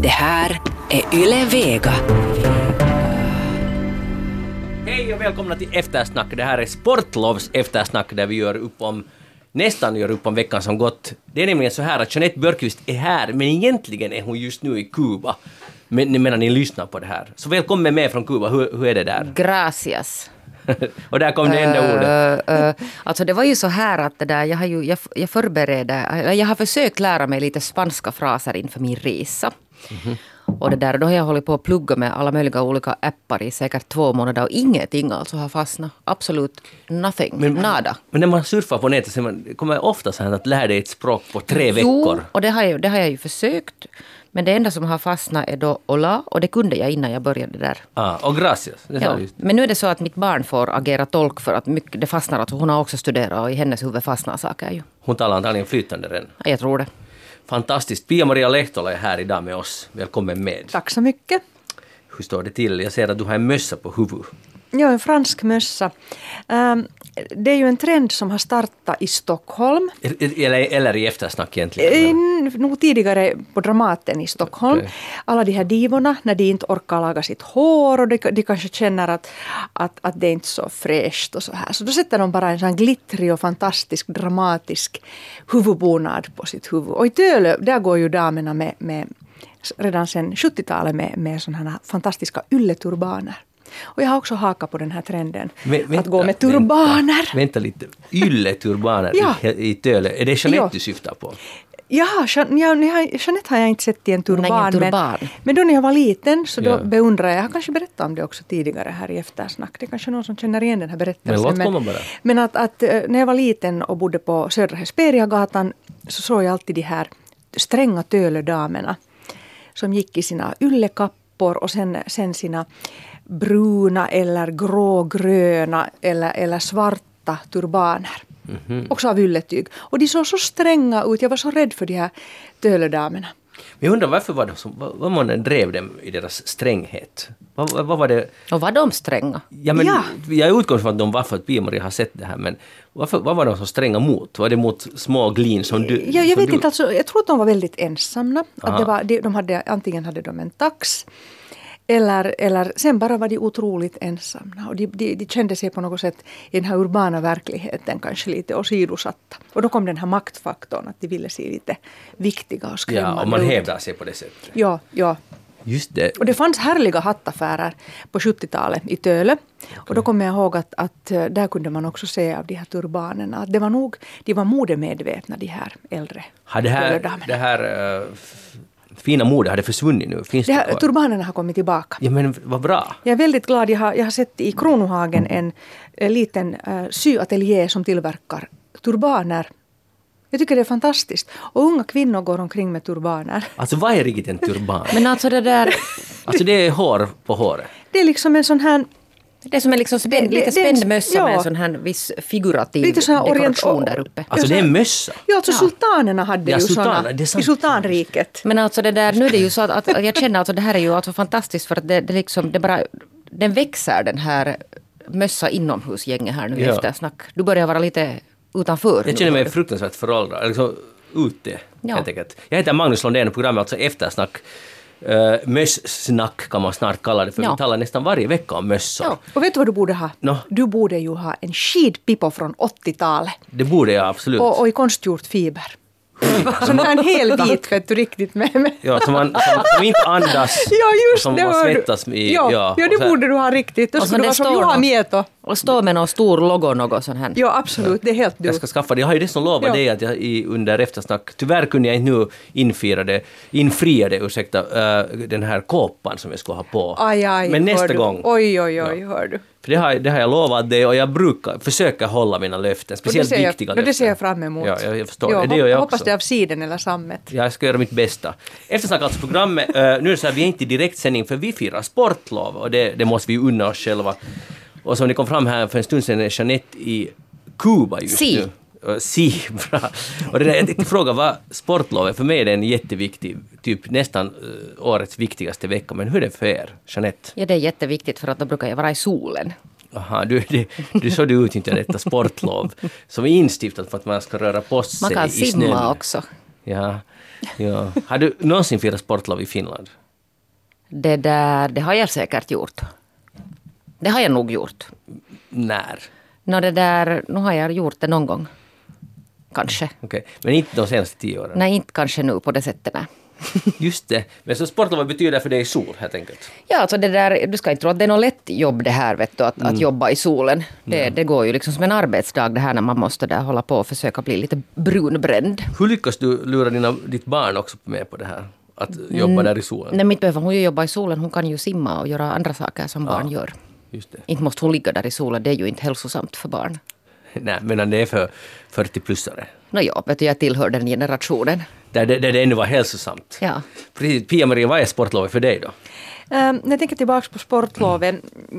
Det här är Yle Vega. Hej och välkomna till Eftersnack. Det här är Sportlovs eftersnack där vi nästan gör upp om veckan som gått. Det är nämligen så här att Jeanette Björkqvist är här, men egentligen är hon just nu i Kuba. Medan ni lyssnar på det här. Så välkommen med från Kuba. Hur är det där? Gracias. Och där kom det enda ordet. Alltså det var ju så här att det där, jag har försökt lära mig lite spanska fraser inför min resa. Mm-hmm. Och det där, då har jag hållit på att plugga med alla möjliga olika appar i säkert 2 månader och ingenting alltså har fastnat. Absolut nothing, nada. Men när man surfar på nätet så kommer man ofta så här att lära dig ett språk på 3 veckor. Jo, och det har jag ju försökt. Men det enda som har fastnat är då hola, och det kunde jag innan jag började där. Och gracias. Ja. Men nu är det så att mitt barn får agera tolk för att mycket, det fastnar. Alltså hon har också studerat och i hennes huvud fastnar saker ju. Hon talar antagligen flytande redan. Jag tror det. Fantastiskt. Pia-Maria Lehtola är här idag med oss. Välkommen med. Tack så mycket. Hur står det till? Jag ser att du har en mössa på huvudet. Ja, en fransk mössa. Det är ju en trend som har startat i Stockholm. Eller i eftersnack egentligen. Nog tidigare på Dramaten i Stockholm. Okay. Alla de här divorna, när de inte orkar laga sitt hår och de kanske känner att det är inte så fräscht och så här. Så då sätter de bara en sån glittrig och fantastisk, dramatisk huvudbonad på sitt huvud. Och i Tölö, där går ju damerna med redan sedan 70-talet med sådana här fantastiska ylleturbaner. Och jag har också hakat på den här trenden att gå med turbaner. Vänta lite. Ylleturbaner i Tölö. Är det Jeanette du syftar på? Ja, Jeanette har jag inte sett i en turban. Men då när jag var liten så då beundrade jag har kanske berättat om det också tidigare här i eftersnack. Det är kanske någon som känner igen den här berättelsen. Men att när jag var liten och bodde på Södra Hesperiagatan så såg jag alltid de här stränga Tölödamerna som gick i sina yllekappor och sen sina bruna eller grågröna eller svarta turbaner. Mm-hmm. Också av ylletyg. Och de såg så stränga ut. Jag var så rädd för de här Tölödamerna. Men jag undrar varför vad man drev dem i deras stränghet? Vad var det? Och var de stränga? Jag utgår från att de var för att Pia-Maria har sett det här. Men vad var de så stränga mot? Var det mot små glin som du? Jag vet inte. Alltså, jag tror att de var väldigt ensamma. Att antingen hade de en tax. Eller sen bara var de otroligt ensamma. Och de kände sig på något sätt i den här urbana verkligheten kanske lite åsidosatta. Och då kom den här maktfaktorn att de ville se lite viktiga och skrämmande. Ja, och man hävdar sig på det sättet. Ja. Just det. Och det fanns härliga hattaffärer på 70-talet i Tölö. Okay. Och då kommer jag ihåg att där kunde man också se av de här turbanerna. Att de var modemedvetna, de här äldre Tölödamerna. Det här fina mode hade försvunnit nu. Finns det kvar? Turbanerna har kommit tillbaka. Ja, men vad bra. Jag är väldigt glad. Jag har sett i Kronohagen en liten syateljé som tillverkar turbaner. Jag tycker det är fantastiskt. Och unga kvinnor går omkring med turbaner. Alltså vad är riktigt en turban? Men alltså det där... Alltså det är hår på håret. Det är liksom en sån här... Det är som en liksom lite spänd mössa med en sån här viss figurativ dekoration där uppe. Alltså det är en mössa? Ja, alltså sultanerna hade ju såna i sultanriket. Men alltså det där, nu är det ju så att jag känner att det här är ju alltså fantastiskt för att den växer den här mössa inomhusgänget här nu i eftersnack. Du börjar vara lite utanför. Jag känner mig fruktansvärt föråldrad, liksom ute helt enkelt. Jag heter Magnus Lundén och programmet alltså Eftersnack. Mössnack kan man snart kalla det, för vi talar nästan varje vecka om mössor. Ja. Och vet du vad du borde ha? No. Du borde ju ha en skidpippo från 80-talet. Det borde jag absolut. Och i konstgjort fiber. Som är en hel bit, vet du, riktigt med. Ja, som inte andas. Ja, just som det. man svettas med. Ja, det borde du ha riktigt. Då skulle du vara som Juha Mieto. Och stå med någon stor logo, något sånt här. Ja, absolut. Det är helt du. Jag ska skaffa det. Jag har ju dessutom lovat dig att jag under eftersnack, tyvärr kunde jag inte nu infria det, den här kåpan som jag ska ha på. Aj, men nästa gång. Oj, hör du. För det har jag lovat dig och jag brukar försöka hålla mina löften, speciellt viktiga löften. Det ser jag fram emot. Ja, jag förstår. Det gör jag hoppas också. det är av siden eller sammet. Jag ska göra mitt bästa. Eftersnack alltså programmet. Nu är det så här, vi är inte i direktsändning för vi firar sportlov och det måste vi unna oss själva. Och som ni kom fram här för en stund sedan är Jeanette i Kuba just nu. Bra. Och det där, jag tänkte fråga vad sportlov är. För mig är det en jätteviktig, typ nästan årets viktigaste vecka. Men hur är det för er, Jeanette? Ja, det är jätteviktigt för att då brukar jag vara i solen. Aha, du såg ut inte detta sportlov som är instiftat för att man ska röra på sig i snön. Man kan simma också. Ja. Ja. Har du någonsin firat sportlov i Finland? Det har jag säkert gjort. Det har jag nog gjort. När? Nu har jag gjort det någon gång. Kanske. Okej. Men inte de senaste 10 åren? Nej, inte kanske nu på det sättet. Nej. Just det. Men så sportlov betyder för dig i sol, helt enkelt? Ja, alltså du ska inte tro att det är något lätt jobb det här, vet du, att jobba i solen. Det går ju liksom som en arbetsdag det här när man måste där hålla på och försöka bli lite brunbränd. Hur lyckas du lura ditt barn också med på det här? Att jobba där i solen? Nej, inte behöver hon ju jobba i solen. Hon kan ju simma och göra andra saker som barn gör. Just det. Inte måste hon ligga där i solen. Det är ju inte hälsosamt för barn. Nej, men det är för 40-plussare. Ja, vet du, jag tillhör den generationen. Där det ännu var hälsosamt. Ja. Precis. Pia-Maria, vad är sportlovet för dig då? När jag tänker tillbaka på sportloven.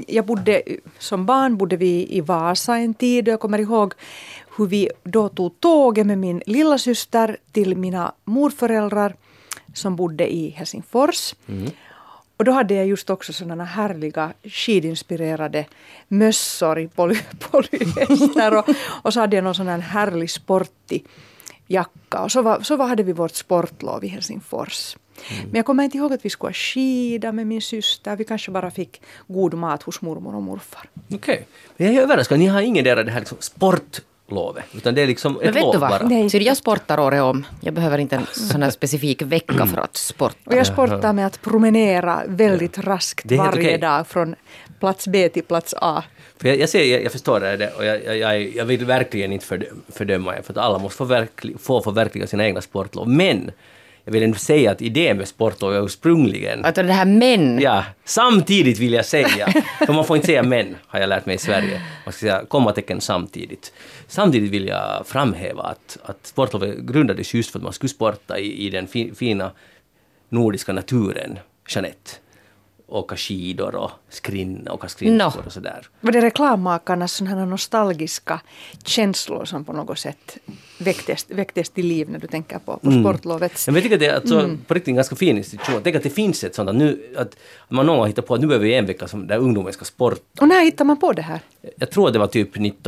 Som barn bodde vi i Vasa en tid. Jag kommer ihåg hur vi då tog tåget med min lilla syster till mina morföräldrar som bodde i Helsingfors. Och då hade jag just också sådana härliga skidinspirerade mössor i polyester. Och så hade jag någon sån här härlig sportig jacka. Och så hade vi vårt sportlov i Helsingfors. Men jag kommer inte ihåg att vi skulle skida med min syster. Vi kanske bara fick god mat hos mormor och morfar. Okej. Men jag är överraskad. Ni har ingen där det här liksom sportlovet. Utan det är liksom ett lov bara. Nej. Så jag sportar året om. Jag behöver inte en sån här specifik vecka för att sporta. Och jag sportar med att promenera väldigt raskt varje dag från plats B till plats A. För jag förstår det och jag vill verkligen inte fördöma er för att alla måste få förverkliga sina egna sportlov. Men jag vill ändå säga att idén med sportlov är ursprungligen... Att det här män... Ja, samtidigt vill jag säga. För man får inte säga män, har jag lärt mig i Sverige. Man ska säga kommatecken samtidigt. Samtidigt vill jag framhäva att sportlovet grundades just för att man skulle sporta i den fina nordiska naturen, Jeanette. Åka skidor och åka skridskor och sådär. Var det reklammakarnas sådana nostalgiska känslor som på något sätt väcktes till liv när du tänker på sportlovet? Jag tycker att det är alltså, på riktigt en ganska fin institution. Tänk att det finns ett sådant att man någon har hittat på att nu behöver vi en vecka där ungdomen ska sporta. Och när hittar man på det här? Jag tror det var typ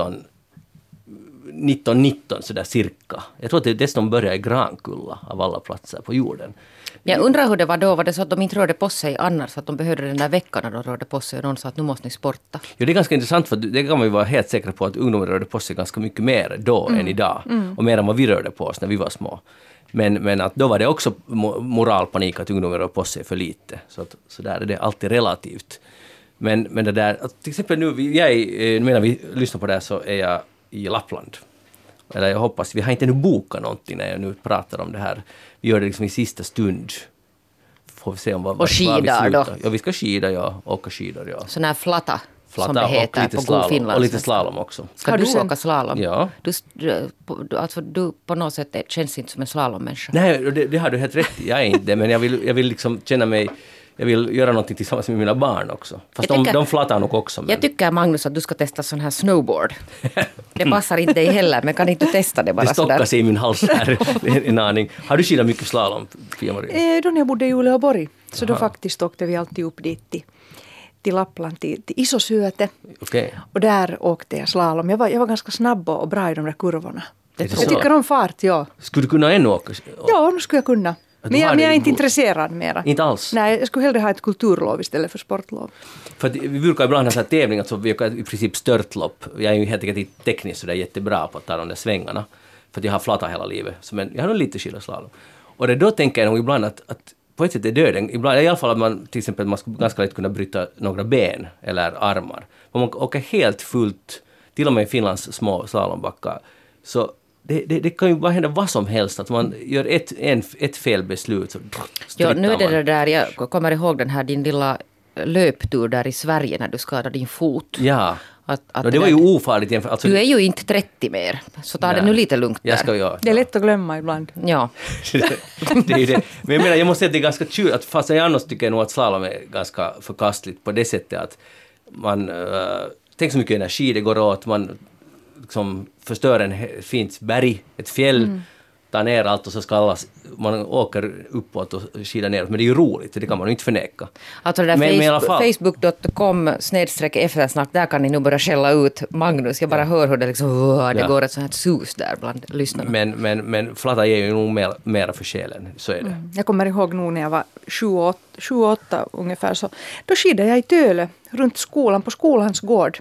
1919 sådär cirka. Jag tror att det dessutom började i Grankulla av alla platser på jorden. Jag undrar hur det var då. Var det så att de inte rörde på sig annars? Att de behövde den där veckan när de rörde på sig och någon sa att nu måste ni sporta? Ja, det är ganska intressant för det kan man ju vara helt säker på att ungdomar rörde på sig ganska mycket mer då än idag. Och mer än vad vi rörde på oss när vi var små. Men att då var det också moralpanik att ungdomar rörde på sig för lite. Så där är det alltid relativt. Men det där, att till exempel nu, medan vi lyssnar på det här så är jag i Lappland. Eller jag hoppas, vi har inte nu bokat någonting när jag nu pratar om det här. Vi gör det liksom i sista stund. Får vi se om vad vi slutar. Då? Ja, vi ska skida, åka skidor, ja. Sån här flatta som det heter på god finlandssvenska. Och lite slalom också. Ska du åka slalom? Ja. Du på något sätt känns inte som en slalommänniska. Nej, det har du helt rätt i. Jag är inte, men jag vill liksom känna mig... Jag vill göra någonting tillsammans med mina barn också. Fast de flatar nog också. Men... Jag tycker, Magnus, att du ska testa sån här snowboard. Det passar inte dig heller, men kan inte du testa det bara det stockar sig i min hals här en aning. Har du skidat mycket slalom, Pia-Maria? Då när jag bodde i Uleåborg. Så då faktiskt åkte vi alltid upp dit till Lappland, till Isosyöte. Okay. Och där åkte jag slalom. Jag var ganska snabb och bra i de där kurvorna. Jag tycker om fart, ja. Skulle du kunna ännu åka? Ja, nu skulle jag kunna. Men jag är inte intresserad mera. Inte alls? Nej, jag skulle hellre ha ett kulturlov istället för sportlov. För att vi brukar ibland ha så här tävlingar så vi åker i princip störtlopp. Jag är ju helt enkelt tekniskt så där jättebra på att ta de där svängarna. För att jag har flatat hela livet. Men jag har nog lite skidoslalom. Och då tänker jag nog ibland att på ett sätt är döden. Ibland, i alla fall att man till exempel man skulle ganska lätt kunna bryta några ben eller armar. Om man åker helt fullt, till och med i Finlands små slalombackar, så det kan ju bara hända vad som helst, att man gör ett felbeslut så ja, nu är det där, jag kommer ihåg den här din lilla löptur där i Sverige när du skadade din fot. Ja, det var ju ofarligt. Alltså, du är ju inte 30 mer, så ta det nu lite lugnt där. Det är lätt att glömma ibland. Ja. Det är det. Men jag menar, jag måste säga att det är ganska kul, att fast jag annars tycker nog att slalom är ganska förkastligt på det sättet att man tänker så mycket energi det går åt, man liksom förstör ett fint berg, ett fjäll, skrattar ner allt och så ska man åker uppåt och skidar neråt. Men det är ju roligt, det kan man ju inte förneka. Alltså det där facebook.com/eftersnack, där kan ni nu börja skälla ut Magnus. Jag bara hör hur det liksom, det går ett sånt här sus där bland lyssnarna. Men flatta är ju nog mera för själen, så är det. Jag kommer ihåg nog när jag var 7-8 ungefär, så då skidade jag i Tölö runt skolan, på skolans gård.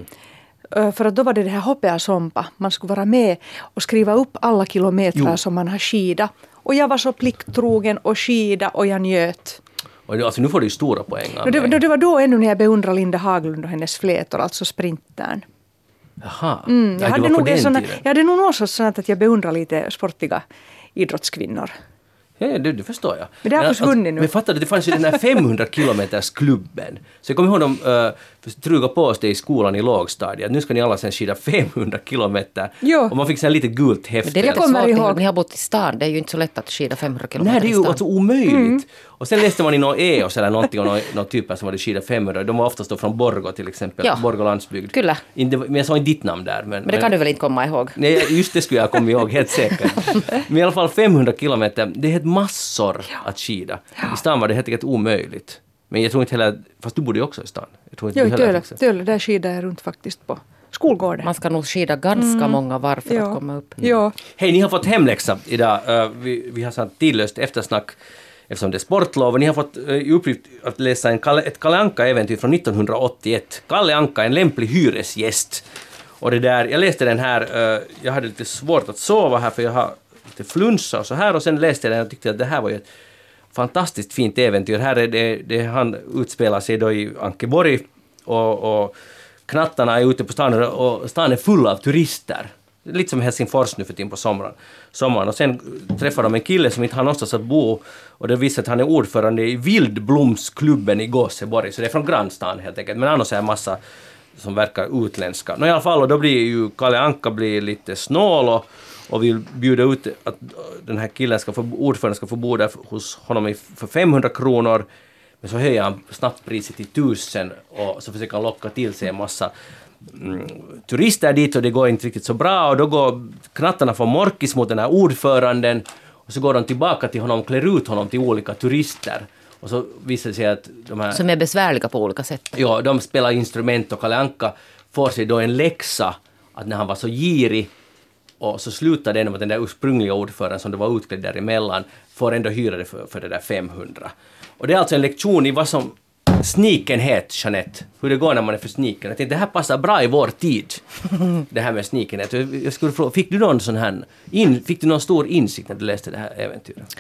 För att då var det här hopeasompa. Man skulle vara med och skriva upp alla kilometrar som man har skidat. Och jag var så plikttrogen och skida och jag njöt. Och alltså, nu får du ju stora poäng. Det var då ännu när jag beundrade Linda Haglund och hennes flätor, alltså sprintern. Jaha, jag hade nog något sånt att jag beundrar lite sportiga idrottskvinnor. Ja, det förstår jag. Men det har försvunnit nu. Men fattar du, det fanns ju den här 500 kilometers klubben. Så jag kommer ihåg dem truga på oss det i skolan i lågstadiet. Nu ska ni alla sen skida 500 kilometer. Jo. Och man fick sen lite gult häfte. Men det är lite svårt ihåg. Ni har bott i stan. Det är ju inte så lätt att skida 500 kilometer. Nej, det är ju alltså omöjligt. Och sen läste man i någon EOS eller någonting och någon typer som hade skidat 500. De var oftast då från Borgå till exempel. Ja. Borgå landsbygd. Kyllä. Men jag sa inte ditt namn där. Men det kan du väl inte komma ihåg? Nej, just det skulle jag komma ihåg, helt säkert. Men i alla fall 500 kilometer, det är helt massor att skida. I stan var det helt enkelt omöjligt. Men jag tror inte heller, fast du bodde ju också i stan. Jag tror inte i Tölö, där skidade jag runt faktiskt på skolgården. Man ska nog skida ganska många varv för att komma upp. Ja. Hej, ni har fått hemläxa idag. Vi har satt tillöst eftersnack eftersom det är sportlov. Och ni har fått i uppgift att läsa ett Kalle Anka-äventyr från 1981. Kalle Anka, en lämplig hyresgäst. Och det där, jag läste den här, jag hade lite svårt att sova här för jag har lite flunsa och så här. Och sen läste jag den och tyckte att det här var ju ett fantastiskt fint äventyr. Här är det han utspelar sig då i Ankeborg och knattarna är ute på stan och stan är full av turister. Lite som Helsingfors nu för tiden på sommaren. Och sen träffar de en kille som inte har någonstans att bo och det visar att han är ordförande i Vildblomsklubben i Gåseborg. Så det är från grannstan helt enkelt. Men annars är en massa som verkar utländska. I alla fall, och då blir ju Kalle Anka blir lite snål och vill bjuda ut att den här killen ordföranden ska få bo där hos honom för 500 kronor. Men så höjer han snabbt priset till 1000 och så försöker han locka till sig en massa turister dit och det går inte riktigt så bra och då går knattarna från morkis mot den här ordföranden och så går de tillbaka till honom och klär ut honom till olika turister. Och så visar det sig att de här... Som är besvärliga på olika sätt. Ja, de spelar instrument och Kalle Anka får sig då en läxa att när han var så girig och så slutar det med att den där ursprungliga ordföranden som det var utklädd däremellan får ändå hyra det för det där 500. Och det är alltså en lektion i vad som snikenhet, Jeanette. Hur det går när man är för sniken. Jag tänkte, det här passar bra i vår tid. Det här med snikenhet. Jag skulle fråga, fick du någon sån här... fick du någon stor insikt när du läste det här äventyret?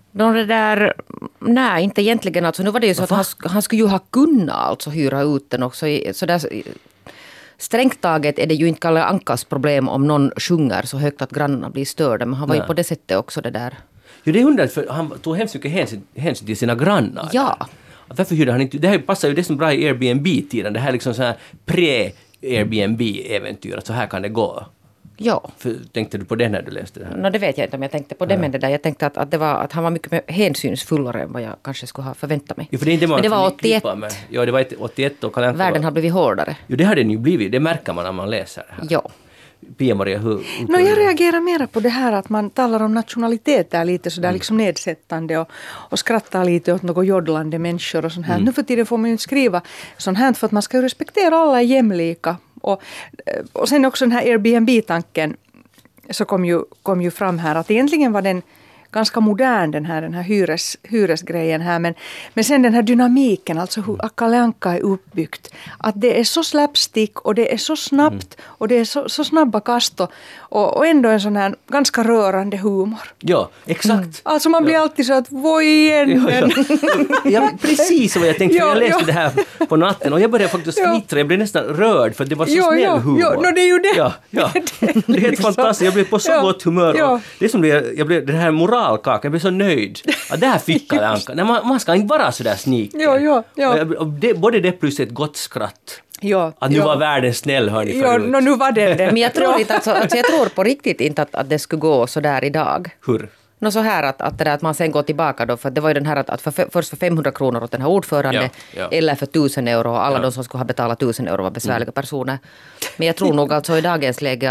Nej, inte egentligen. Alltså, nu var det ju så att han skulle ju ha kunnat alltså hyra ut den också. Så där, strängt taget är det ju inte Kalle Ankas problem om någon sjunger så högt att grannarna blir störda. Men han var ju på det sättet också det där. Jo, det är underligt för han tog hemskt mycket hänsyn till sina grannar. Ja. Varför hyrde han inte? Det här passar ju dessutom bra i Airbnb-tiden. Det här är liksom så här pre-Airbnb-äventyr. Så här kan det gå. Ja. Tänkte du på det när du läste det här? No, det vet jag inte om jag tänkte på det, men det där. Jag tänkte att han var mycket mer hänsynsfullare än vad jag kanske skulle ha förväntat mig. Jo, för det är inte men det var 81. Ja, det var 81 och Kalle Anka världen har blivit hårdare. Jo, det har den ju blivit. Det märker man när man läser det här. Ja. Pia-Maria, jag reagerar mera på det här att man talar om nationaliteter lite sådär liksom nedsättande och skrattar lite åt något joddlande människor och sånt här. Nu för tiden får man ju inte skriva sånt här för att man ska ju respektera alla är jämlika. Och sen också den här Airbnb-tanken så kom ju fram här att egentligen var den ganska modern den här hyresgrejen här. Men sen den här dynamiken, alltså hur Kalle Anka är uppbyggt. Att det är så slapstick och det är så snabbt och det är så snabba kast och ändå en sån här ganska rörande humor. Ja, exakt. Alltså man blir alltid så att vad igen? Ja, precis vad jag tänkte. Jag läste det här på natten och jag började faktiskt snittra. Jag blev nästan rörd för det var så snäll humor. Ja, det är ju det. Ja. Det är helt fantastiskt. Jag blev på så gott humör. Och det som jag blev den här moralkakan. Jag blev så nöjd. Det här fick Kalle Anka. Nej, man ska inte vara så där sniken. Ja. Både det plus ett gott skratt. Ja, att nu var världen snäll, hörni, förut. Ja, nu var det. Men jag tror inte jag tror på riktigt inte att det skulle gå så där idag. Hur? Så här att det där att man sen går tillbaka då, för det var ju den här att först för 500 kronor åt den här ordförande eller för 1000 euro och alla de som skulle ha betalat 1000 euro var besvärliga personer. Men jag tror nog alltså i dagens läge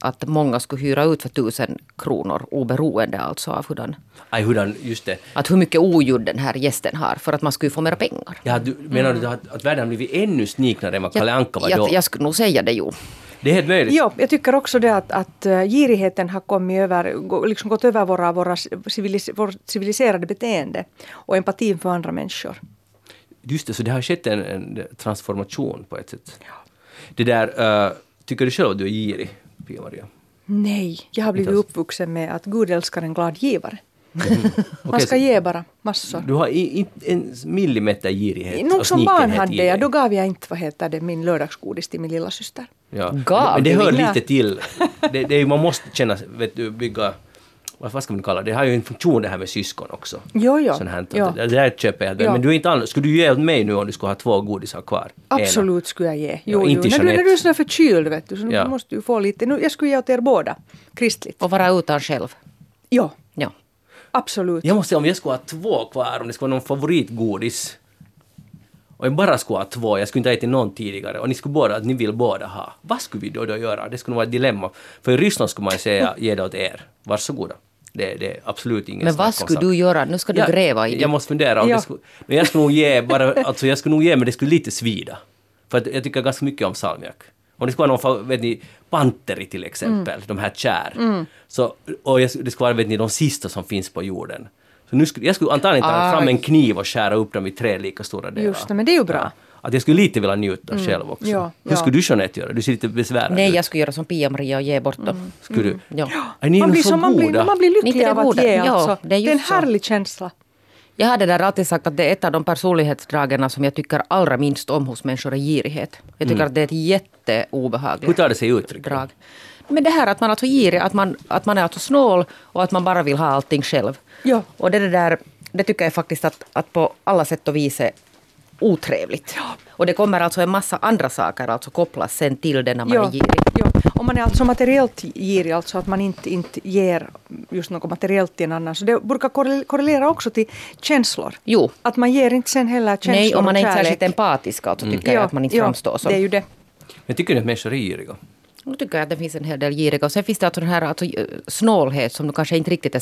att många skulle hyra ut för 1000 kronor oberoende alltså av hurdan, just det. Att hur mycket oljud den här gästen har för att man skulle få mer pengar. Ja, menar du att världen har blivit ännu sniknare än vad Kalle Anka var då? Jag skulle nog säga det, jo. Det är helt möjligt. Ja, jag tycker också det att girigheten har kommit liksom gått över vår civiliserade beteende och empatin för andra människor. Just det, så det har skett en transformation på ett sätt. Ja. Det där, tycker du själv att du är girig, Pia-Maria? Nej, jag har blivit uppvuxen med att Gud älskar en glad givare. Man ska ge bara massor. Du har en millimeter girighet. Nog som barn hade jag, då gav jag inte min lördagsgodis till min lilla syster. Ja. Men det hör lite till. Man måste känna, bygga, vad ska man kalla det? Det har ju en funktion det här med syskon också. Jo. Sån här, det där köper jag. Men du är inte annorlunda. Skulle du ge mig nu om du skulle ha 2 godisar kvar? Absolut skulle jag ge. Jo. Inte när du är sån förkyld, vet du, så nu måste du få lite. Jag skulle ge åt er båda, kristligt. Och vara utan själv. Ja. Absolut. Jag måste säga, om jag skulle ha 2 kvar, om det skulle vara någon favoritgodis och jag bara skulle ha 2, jag skulle inte ha ätit någon tidigare och ni vill båda ha. Vad skulle vi då göra? Det skulle vara ett dilemma. För i Ryssland skulle man säga, ge det åt er. Varsågoda. Det är absolut ingen. Men vad skulle du göra? Nu ska du gräva i det. Jag måste fundera. Men jag skulle nog ge men det skulle lite svida. För att jag tycker ganska mycket om salmiak. Om det skulle vara någon, vet ni, panteri till exempel, de här kär. Så, och det skulle vara, vet ni, de sista som finns på jorden. Så jag skulle antagligen ta fram en kniv och skära upp dem i 3 lika stora delar. Just det, men det är ju bra. Ja. Att jag skulle lite vilja njuta själv också. Ja. Hur skulle du Jeanette göra? Du ser lite besvärad ut. Nej, jag skulle göra som Pia-Maria och ge bort dem. Skulle du? Ja. Man blir lycklig av att ge. Alltså. Det är en härlig känsla. Jag hade där alltid sagt att det är ett av de personlighetsdragen som jag tycker allra minst om hos människor är girighet. Jag tycker att det är ett jätteobehagligt Hur tar det sig uttryck? Drag. Men det här att man är alltså girig, att man är alltså snål och att man bara vill ha allting själv. Ja. Och det tycker jag faktiskt att på alla sätt och vis är otrevligt. Ja. Och det kommer alltså en massa andra saker alltså kopplas sen till det när man är girig. Ja. Om man är alltså materiellt girig, alltså att man inte ger just något materiellt till en annan. Så det brukar korrelera också till känslor. Jo. Att man ger inte sen heller känslor. Nej, om man är inte kärlek. särskilt empatisk alltså tycker jag att man inte framstår som. Det är ju det. Men tycker du att människor är giriga? Nu tycker jag att det finns en hel del giriga. Och sen finns det alltså den här snålhet som nu kanske inte riktigt är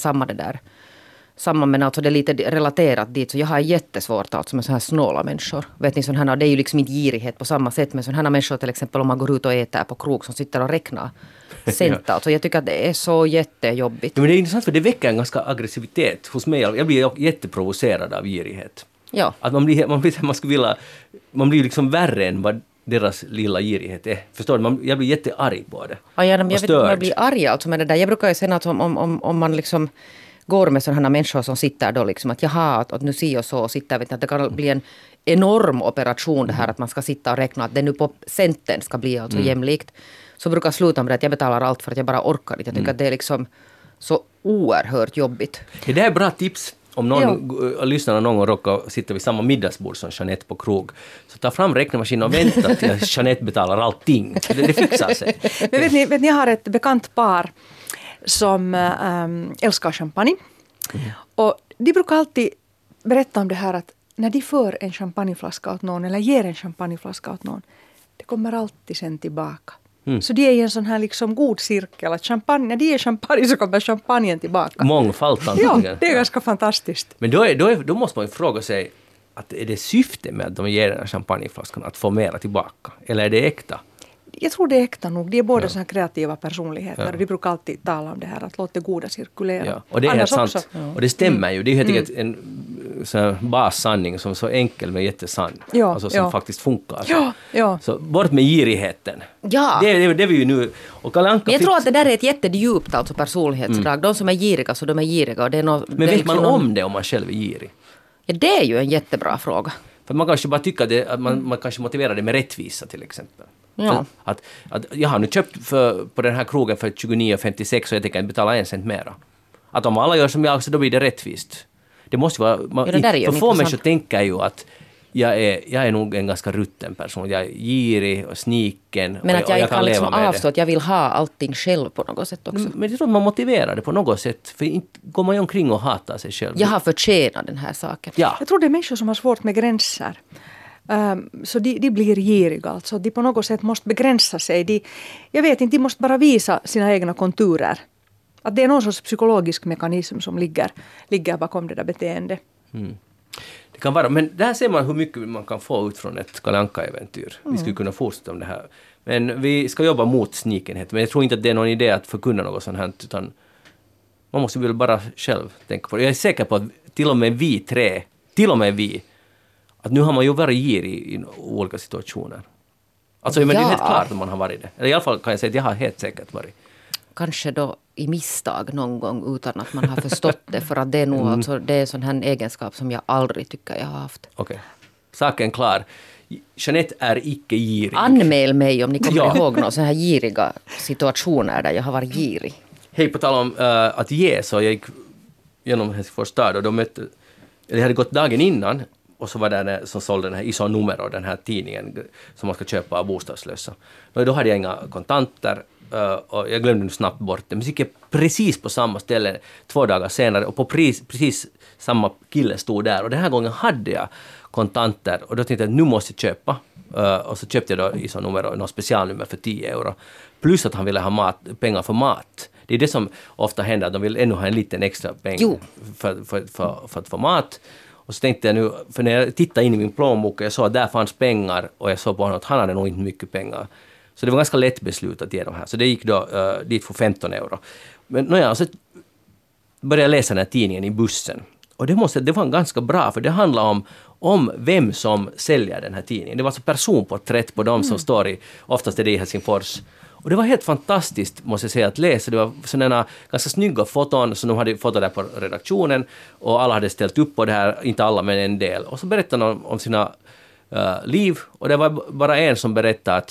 samma men alltså det är lite relaterat dit. Så jag har jättesvårt alltså med så här snåla människor. Vet ni, sån här, det är ju liksom inte girighet på samma sätt. Men sådana här människor till exempel om man går ut och äter på krog som sitter och räknar cent. Alltså jag tycker att det är så jättejobbigt. Ja, men det är intressant för det väcker en ganska aggressivitet hos mig. Jag blir jätteprovocerad av girighet. Ja. Att man blir liksom värre än vad deras lilla girighet är. Förstår du? Jag blir jättearg på det. Ja, jag vet inte om jag blir arg alltså med det där. Jag brukar ju säga att om man liksom går med sådana människor som sitter då liksom att jaha, att nu ser jag så och sitter, vet ni, att det kan bli en enorm operation det här att man ska sitta och räkna att det nu på centen ska bli alltså jämlikt. Så brukar jag sluta med det att jag betalar allt för att jag bara orkar inte. Jag tycker att det är liksom så oerhört jobbigt. Det där är bra tips. Om någon lyssnarna någon gång råkar sitta vid samma middagsbord som Jeanette på krog, så ta fram räknemaskinen och vänta till Jeanette betalar allting. Det fixar sig. Men vet ni, jag har ett bekant par som älskar champagne. Och de brukar alltid berätta om det här att när de för en champagneflaska åt någon eller ger en champagneflaska åt någon, det kommer alltid sen tillbaka. Så det är en sån här liksom god cirkel att champagne, när det är champagne så kommer champagnen tillbaka. Mångfald antagligen. Ja, det är ganska fantastiskt. Men då måste man ju fråga sig att är det syfte med att de ger den här champagneflaskan att få mera tillbaka? Eller är det äkta? Jag tror det är äkta nog. De är båda så här kreativa personligheter. Och de brukar alltid tala om det här att låta det goda cirkulera. Ja, och det är helt sant. Och det stämmer ju. Det är helt enkelt en sån här bassanning som är så enkel men jättesann. Ja, alltså som faktiskt funkar. Alltså. Ja. Så bort med girigheten. Ja. Det är vi ju nu. Och jag tror att det där är ett jättedjupt alltså personlighetsdrag. De som är giriga så de är giriga. Och det är men vet man om det om man själv är girig? Ja, det är ju en jättebra fråga. För man kanske bara tycker att man kanske motiverar det med rättvisa till exempel. Ja. Att jag har nu köpt på den här krogen för 29,56 och jag tänker inte betala 1 cent mera. Att om alla gör som jag så då blir det rättvist. Det måste vara... för få människor tänker ju att jag är nog en ganska rutten person. Jag är girig och sniken. Men att jag kan liksom avstå det. Att jag vill ha allting själv på något sätt också. Men jag tror att man motiverar det på något sätt. För inte går man ju omkring och hatar sig själv. Jag har förtjänat den här saken. Ja. Jag tror det är människor som har svårt med gränser. Så de blir giriga. Alltså de på något sätt måste begränsa sig. Jag vet inte, de måste bara visa sina egna konturer. Att det är någon sorts psykologisk mekanism som ligger bakom det där beteendet. Det kan vara, men där ser man hur mycket man kan få ut från ett Kalle Anka-äventyr. Vi skulle kunna fortsätta om det här. Men vi ska jobba mot snikenhet. Men jag tror inte att det är någon idé att förkunna något sånt här, utan man måste väl bara själv tänka på det. Jag är säker på att till och med vi, att nu har man ju varit girig i olika situationer. Alltså, men det är helt klart att man har varit det. Eller i alla fall kan jag säga att jag har helt säkert varit. Kanske då i misstag någon gång utan att man har förstått det. För att det är nog alltså, det är sån här egenskap som jag aldrig tycker jag har haft. Okej. Saken klar. Jeanette är icke girig. Anmäl mig om ni kommer ihåg några sådana här giriga situationer där jag har varit girig. Hej, på tal om att ge, så jag gick genom Helsingfors stad och jag hade gått dagen innan och så var det som sålde den här ISO-nummer och den här tidningen som man ska köpa av bostadslösa. Och då hade jag inga kontanter och jag glömde snabbt bort det. Men så gick jag precis på samma ställe 2 dagar senare och på precis samma kille stod där. Och den här gången hade jag kontanter och då tänkte jag att nu måste jag köpa. Och så köpte jag då ISO-nummer och något specialnummer för 10 euro. Plus att han ville ha pengar för mat. Det är det som ofta händer, att de vill ännu ha en liten extra peng för att få mat. Och så tänkte jag nu, för när jag tittade in i min plånbok och jag såg att där fanns pengar och jag såg på honom att han hade nog inte mycket pengar. Så det var ganska lätt beslut att ge dem här. Så det gick då dit för 15 euro. Men så började jag läsa den här tidningen i bussen. Och det var ganska bra, för det handlar om vem som säljer den här tidningen. Det var alltså personporträtt på dem som står oftast är det i Helsingfors. Och det var helt fantastiskt, måste jag säga, att läsa. Det var sådana ganska snygga foton som de hade fotat där på redaktionen och alla hade ställt upp på det här, inte alla men en del. Och så berättade de om sina liv och det var bara en som berättade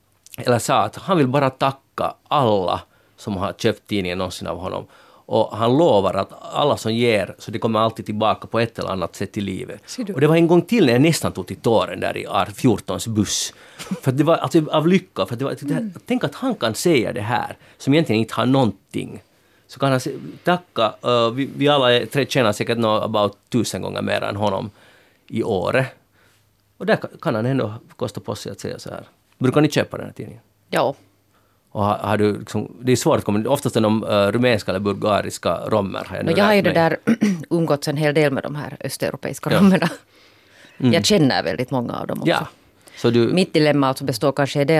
sa att han vill bara tacka alla som har köpt tidningen någonsin av honom. Och han lovar att alla som ger, så det kommer alltid tillbaka på ett eller annat sätt i livet. Och det var en gång till när jag nästan tog till tåren där i R14s buss. För det var alltså av lycka. För det var, tänk att han kan säga det här, som egentligen inte har någonting. Så kan han tacka, vi alla tjänar säkert about 1000 gånger mer än honom i året. Och där kan han ändå kosta på sig att säga så här. Brukar ni köpa den här tidningen? Ja. Och har du liksom, det är svårt att komma, oftast är de rumänska eller bulgariska romer. Jag har ju det där umgåtts en hel del med de här östeuropeiska romerna. Jag känner väldigt många av dem också. Ja. Så mitt dilemma alltså består kanske i det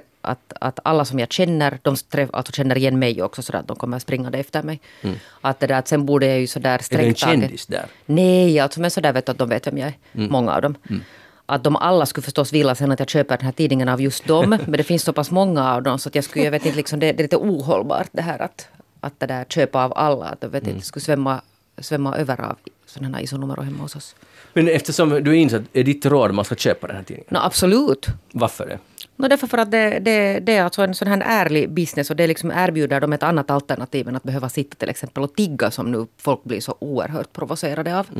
att alla som jag känner, de alltså känner igen mig också så att de kommer springande efter mig. Att det där, att sen borde jag ju sådär strängt taget. Är det en kändis där? Nej, alltså men sådär vet att de vet vem jag är. Många av dem. Att de alla skulle förstås vilja sen att jag köper den här tidningen av just dem. Men det finns så pass många av dem så att jag vet inte, liksom, det är lite ohållbart det här att det där köpa av alla. Att jag vet inte, skulle svämma över av sådana här ISO-nummer hemma hos oss. Men eftersom du är insatt, är ditt råd att man ska köpa den här tidningen? Absolut. Varför det? Därför för att det är alltså en sån här ärlig business och det liksom erbjuder dem ett annat alternativ än att behöva sitta till exempel och tigga som nu folk blir så oerhört provocerade av.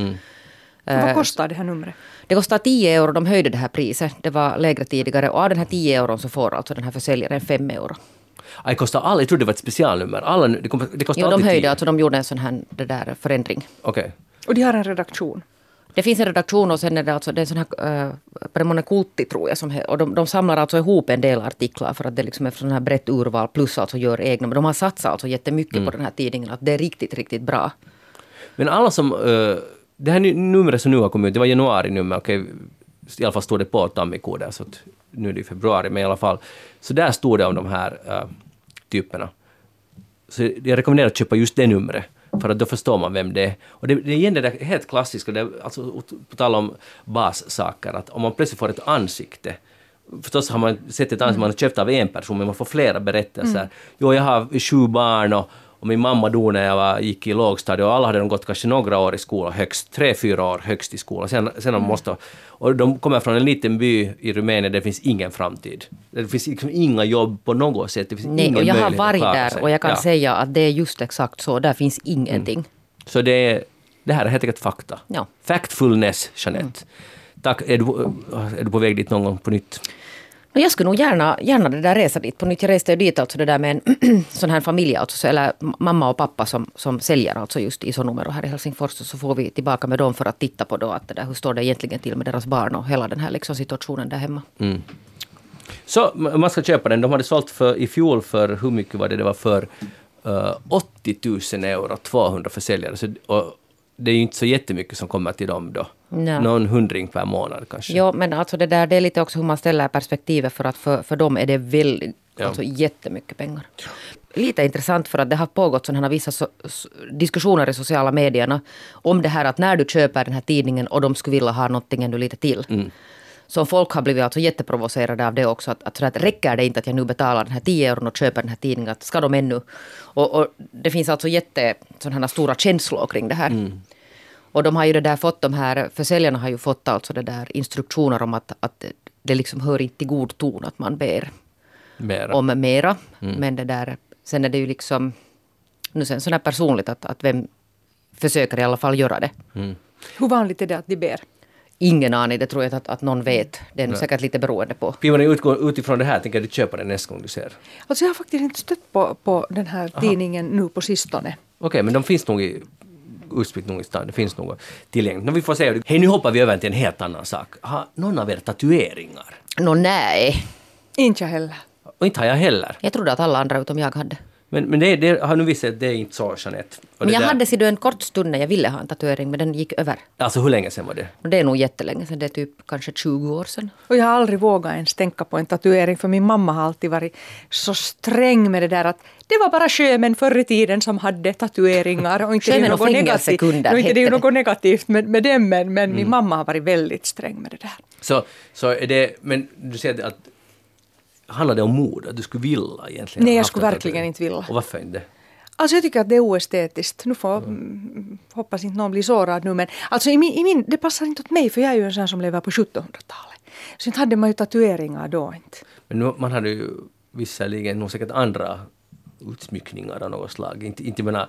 Vad kostar det här numret? Det kostar 10 euro, de höjde det här priset. Det var lägre tidigare och av den här 10 euron så får alltså den här försäljaren 5 euro. Det kostar alla, jag trodde det var ett specialnummer. Det kostar de höjde 10. alltså, de gjorde en sån här förändring. Okej. Och de har en redaktion? Det finns en redaktion och sen är det alltså det är en sån här Paremone Kulti tror jag och de samlar alltså ihop en del artiklar för att det liksom är sån här brett urval plus alltså gör egna. Men de har satsat alltså jättemycket på den här tidningen att det är riktigt, riktigt bra. Men alla som det här numret som nu har kommit ut, det var januari-nummer, okej, i alla fall stod det på Tammikoda, så att nu är det i februari, men i alla fall, så där stod det om de här typerna. Så jag rekommenderar att köpa just det numret, för att då förstår man vem det är. Och det är igen det där helt klassiska, det är alltså på tal om bassaker, att om man plötsligt får ett ansikte, förstås har man sett ett ansikte, man har köpt av en person, men man får flera berättelser. Jo, jag har 7 barn och min mamma dog när jag gick i lågstadiet och alla hade de gått kanske några år i skolan, högst 3-4 år högst i skolan. Sen de måste, och de kommer från en liten by i Rumänien där det finns ingen framtid. Det finns liksom inga jobb på något sätt. Det finns ingen och jag har möjlighet varit att klara där sig. och jag kan säga att det är just exakt så. Där finns ingenting. Så det här är helt enkelt fakta. Ja. Factfulness, Jeanette. Tack. Är du på väg dit någon gång på nytt? Jag skulle nog gärna det där resa dit på nytt. Jag reste dit alltså det där med en sån här familj, alltså, eller mamma och pappa som säljer alltså just ISO-nummer här i Helsingfors. Så får vi tillbaka med dem för att titta på då att det där, hur står det egentligen till med deras barn och hela den här liksom situationen där hemma. Mm. Så man ska köpa den. De hade sålt i fjol för, hur mycket var det? Det var för 80 000 euro, 200 försäljare. Så, och det är ju inte så jättemycket som kommer till dem då. Ja. Någon 100 per månad kanske. Ja, men alltså det är lite också hur man ställer perspektivet, för att för dem är det väldigt, alltså jättemycket pengar. Lite intressant, för att det har pågått sådana vissa diskussioner i sociala medierna om det här att när du köper den här tidningen och de skulle vilja ha någonting ännu lite till. Mm. Så folk har blivit alltså jätteprovocerade av det också. Att räcker det inte att jag nu betalar den här 10 euron och köper den här tidningen, att ska de ännu? Och det finns alltså sådana stora känslor kring det här. Mm. Och de har ju det där fått, de här försäljarna har ju fått alltså det där instruktioner om att det liksom hör inte till god ton att man ber om mera. Mm. Men det där, sen är det ju liksom nu sen sådär personligt att vem försöker i alla fall göra det. Mm. Hur vanligt är det att de ber? Ingen aning, det tror jag att någon vet. Det är nog säkert lite beroende på. Pimani, utifrån det här, tänker du köpa den nästa gång du ser? Alltså jag har faktiskt inte stött på den här tidningen nu på sistone. Okej, men de finns nog utspritt nog i stan. Det finns något tillgängligt. Men vi får se. Hej, nu hoppar vi över till en helt annan sak. Har någon av er tatueringar? Nej. Inte jag heller. Och inte har jag heller. Jag trodde att alla andra utom jag hade. Men det har nu visat att det är inte så, Jeanette. Men jag hade sig en kort stund när jag ville ha en tatuering, men den gick över. Alltså hur länge sedan var det? Och det är nog jättelänge sedan, det är typ kanske 20 år sedan. Och jag har aldrig vågat ens tänka på en tatuering, för min mamma har alltid varit så sträng med det där att det var bara sjömän förr i tiden som hade tatueringar. Och inte sjömän och fängelsekunder. Inte det är något negativt med dem, men min mamma har varit väldigt sträng med det där. Så är det, men du säger att handlar det om mod, att du skulle vilja egentligen? Nej, jag skulle verkligen inte vilja. Och varför inte? Alltså jag tycker att det är oestetiskt. Nu hoppas inte någon blir sårad nu, men alltså det passar inte åt mig, för jag är ju en sån som lever på 1700-talet. Så inte hade man ju tatueringar då inte. Men nu, man hade ju visserligen nog säkert andra utsmyckningar av något slag. Inte menar...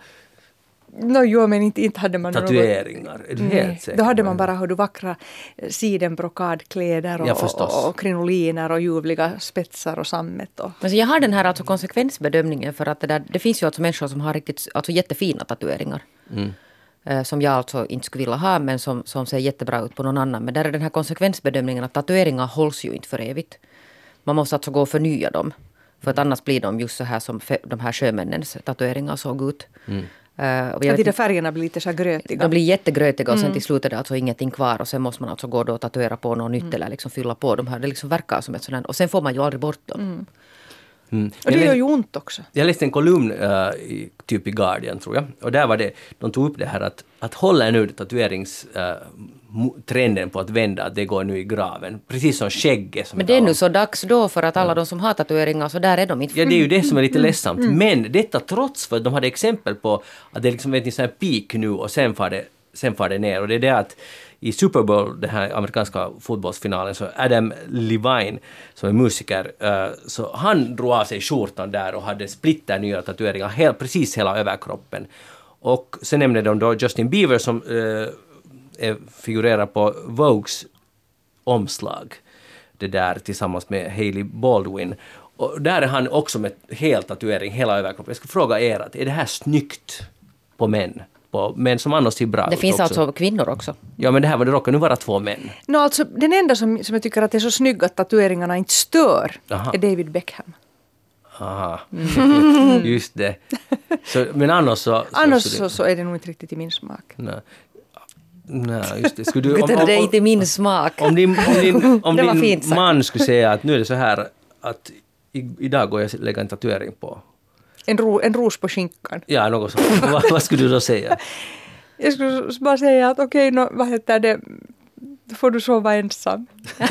men inte hade man tatueringar, något... är du helt säker? Då hade man bara vackra sidenbrokadkläder och krinoliner och ljuvliga spetsar och sammet. Men så jag har den här alltså konsekvensbedömningen, för att det finns ju alltså människor som har riktigt alltså jättefina tatueringar. Mm. Som jag alltså inte skulle vilja ha, men som ser jättebra ut på någon annan. Men där är den här konsekvensbedömningen att tatueringar hålls ju inte för evigt. Man måste alltså gå och förnya dem. För att annars blir de just så här som de här sjömännens tatueringar såg ut. Mm. Att de där färgerna blir lite så grötiga. De blir jättegrötiga och sen till slut är det alltså ingenting kvar. Och sen måste man alltså gå då och tatuera på något nytt eller liksom fylla på de här. Det liksom verkar som ett sådant. Och sen får man ju aldrig bort dem. Mm. Mm. Och det gör ju ont också. Jag läste en kolumn typ i Guardian, tror jag. Och där var det, de tog upp det här att hålla nu tatueringstrenden på att vända, att det går nu i graven. Precis som skägget. Som men det är nu så dags då för att alla de som har tatueringar, så där är de inte. Ja, det är ju det som är lite ledsamt. Men detta trots, för de hade exempel på att det liksom är en sån här peak nu och sen far det ner. Och det är det att i Super Bowl, den här amerikanska fotbollsfinalen, så Adam Levine, som är musiker, så han drog av sig skjortan där och hade splitter nya tatueringar, precis hela överkroppen. Och sen nämnde de då Justin Bieber som figurerar på Vogues omslag, det där tillsammans med Hailey Baldwin. Och där är han också med helt tatuering, hela överkroppen. Jag ska fråga er, att är det här snyggt på män? Men som annars ser bra ut. Det finns också. alltså kvinnor också. Ja, men det råkar nu vara 2 män. Alltså, den enda som jag tycker att det är så snygg att tatueringarna inte stör är David Beckham. Aha, just det. Men annars så är det nog inte riktigt i min smak. Nej, just det. Skulle du, det är inte min smak. Om din man skulle säga att nu är det så här att idag går jag och lägger en tatuering på. En ros på skinkan. Ja, något sånt. Vad skulle du då säga? Jag skulle bara säga att vad heter det? Då får du sova ensam.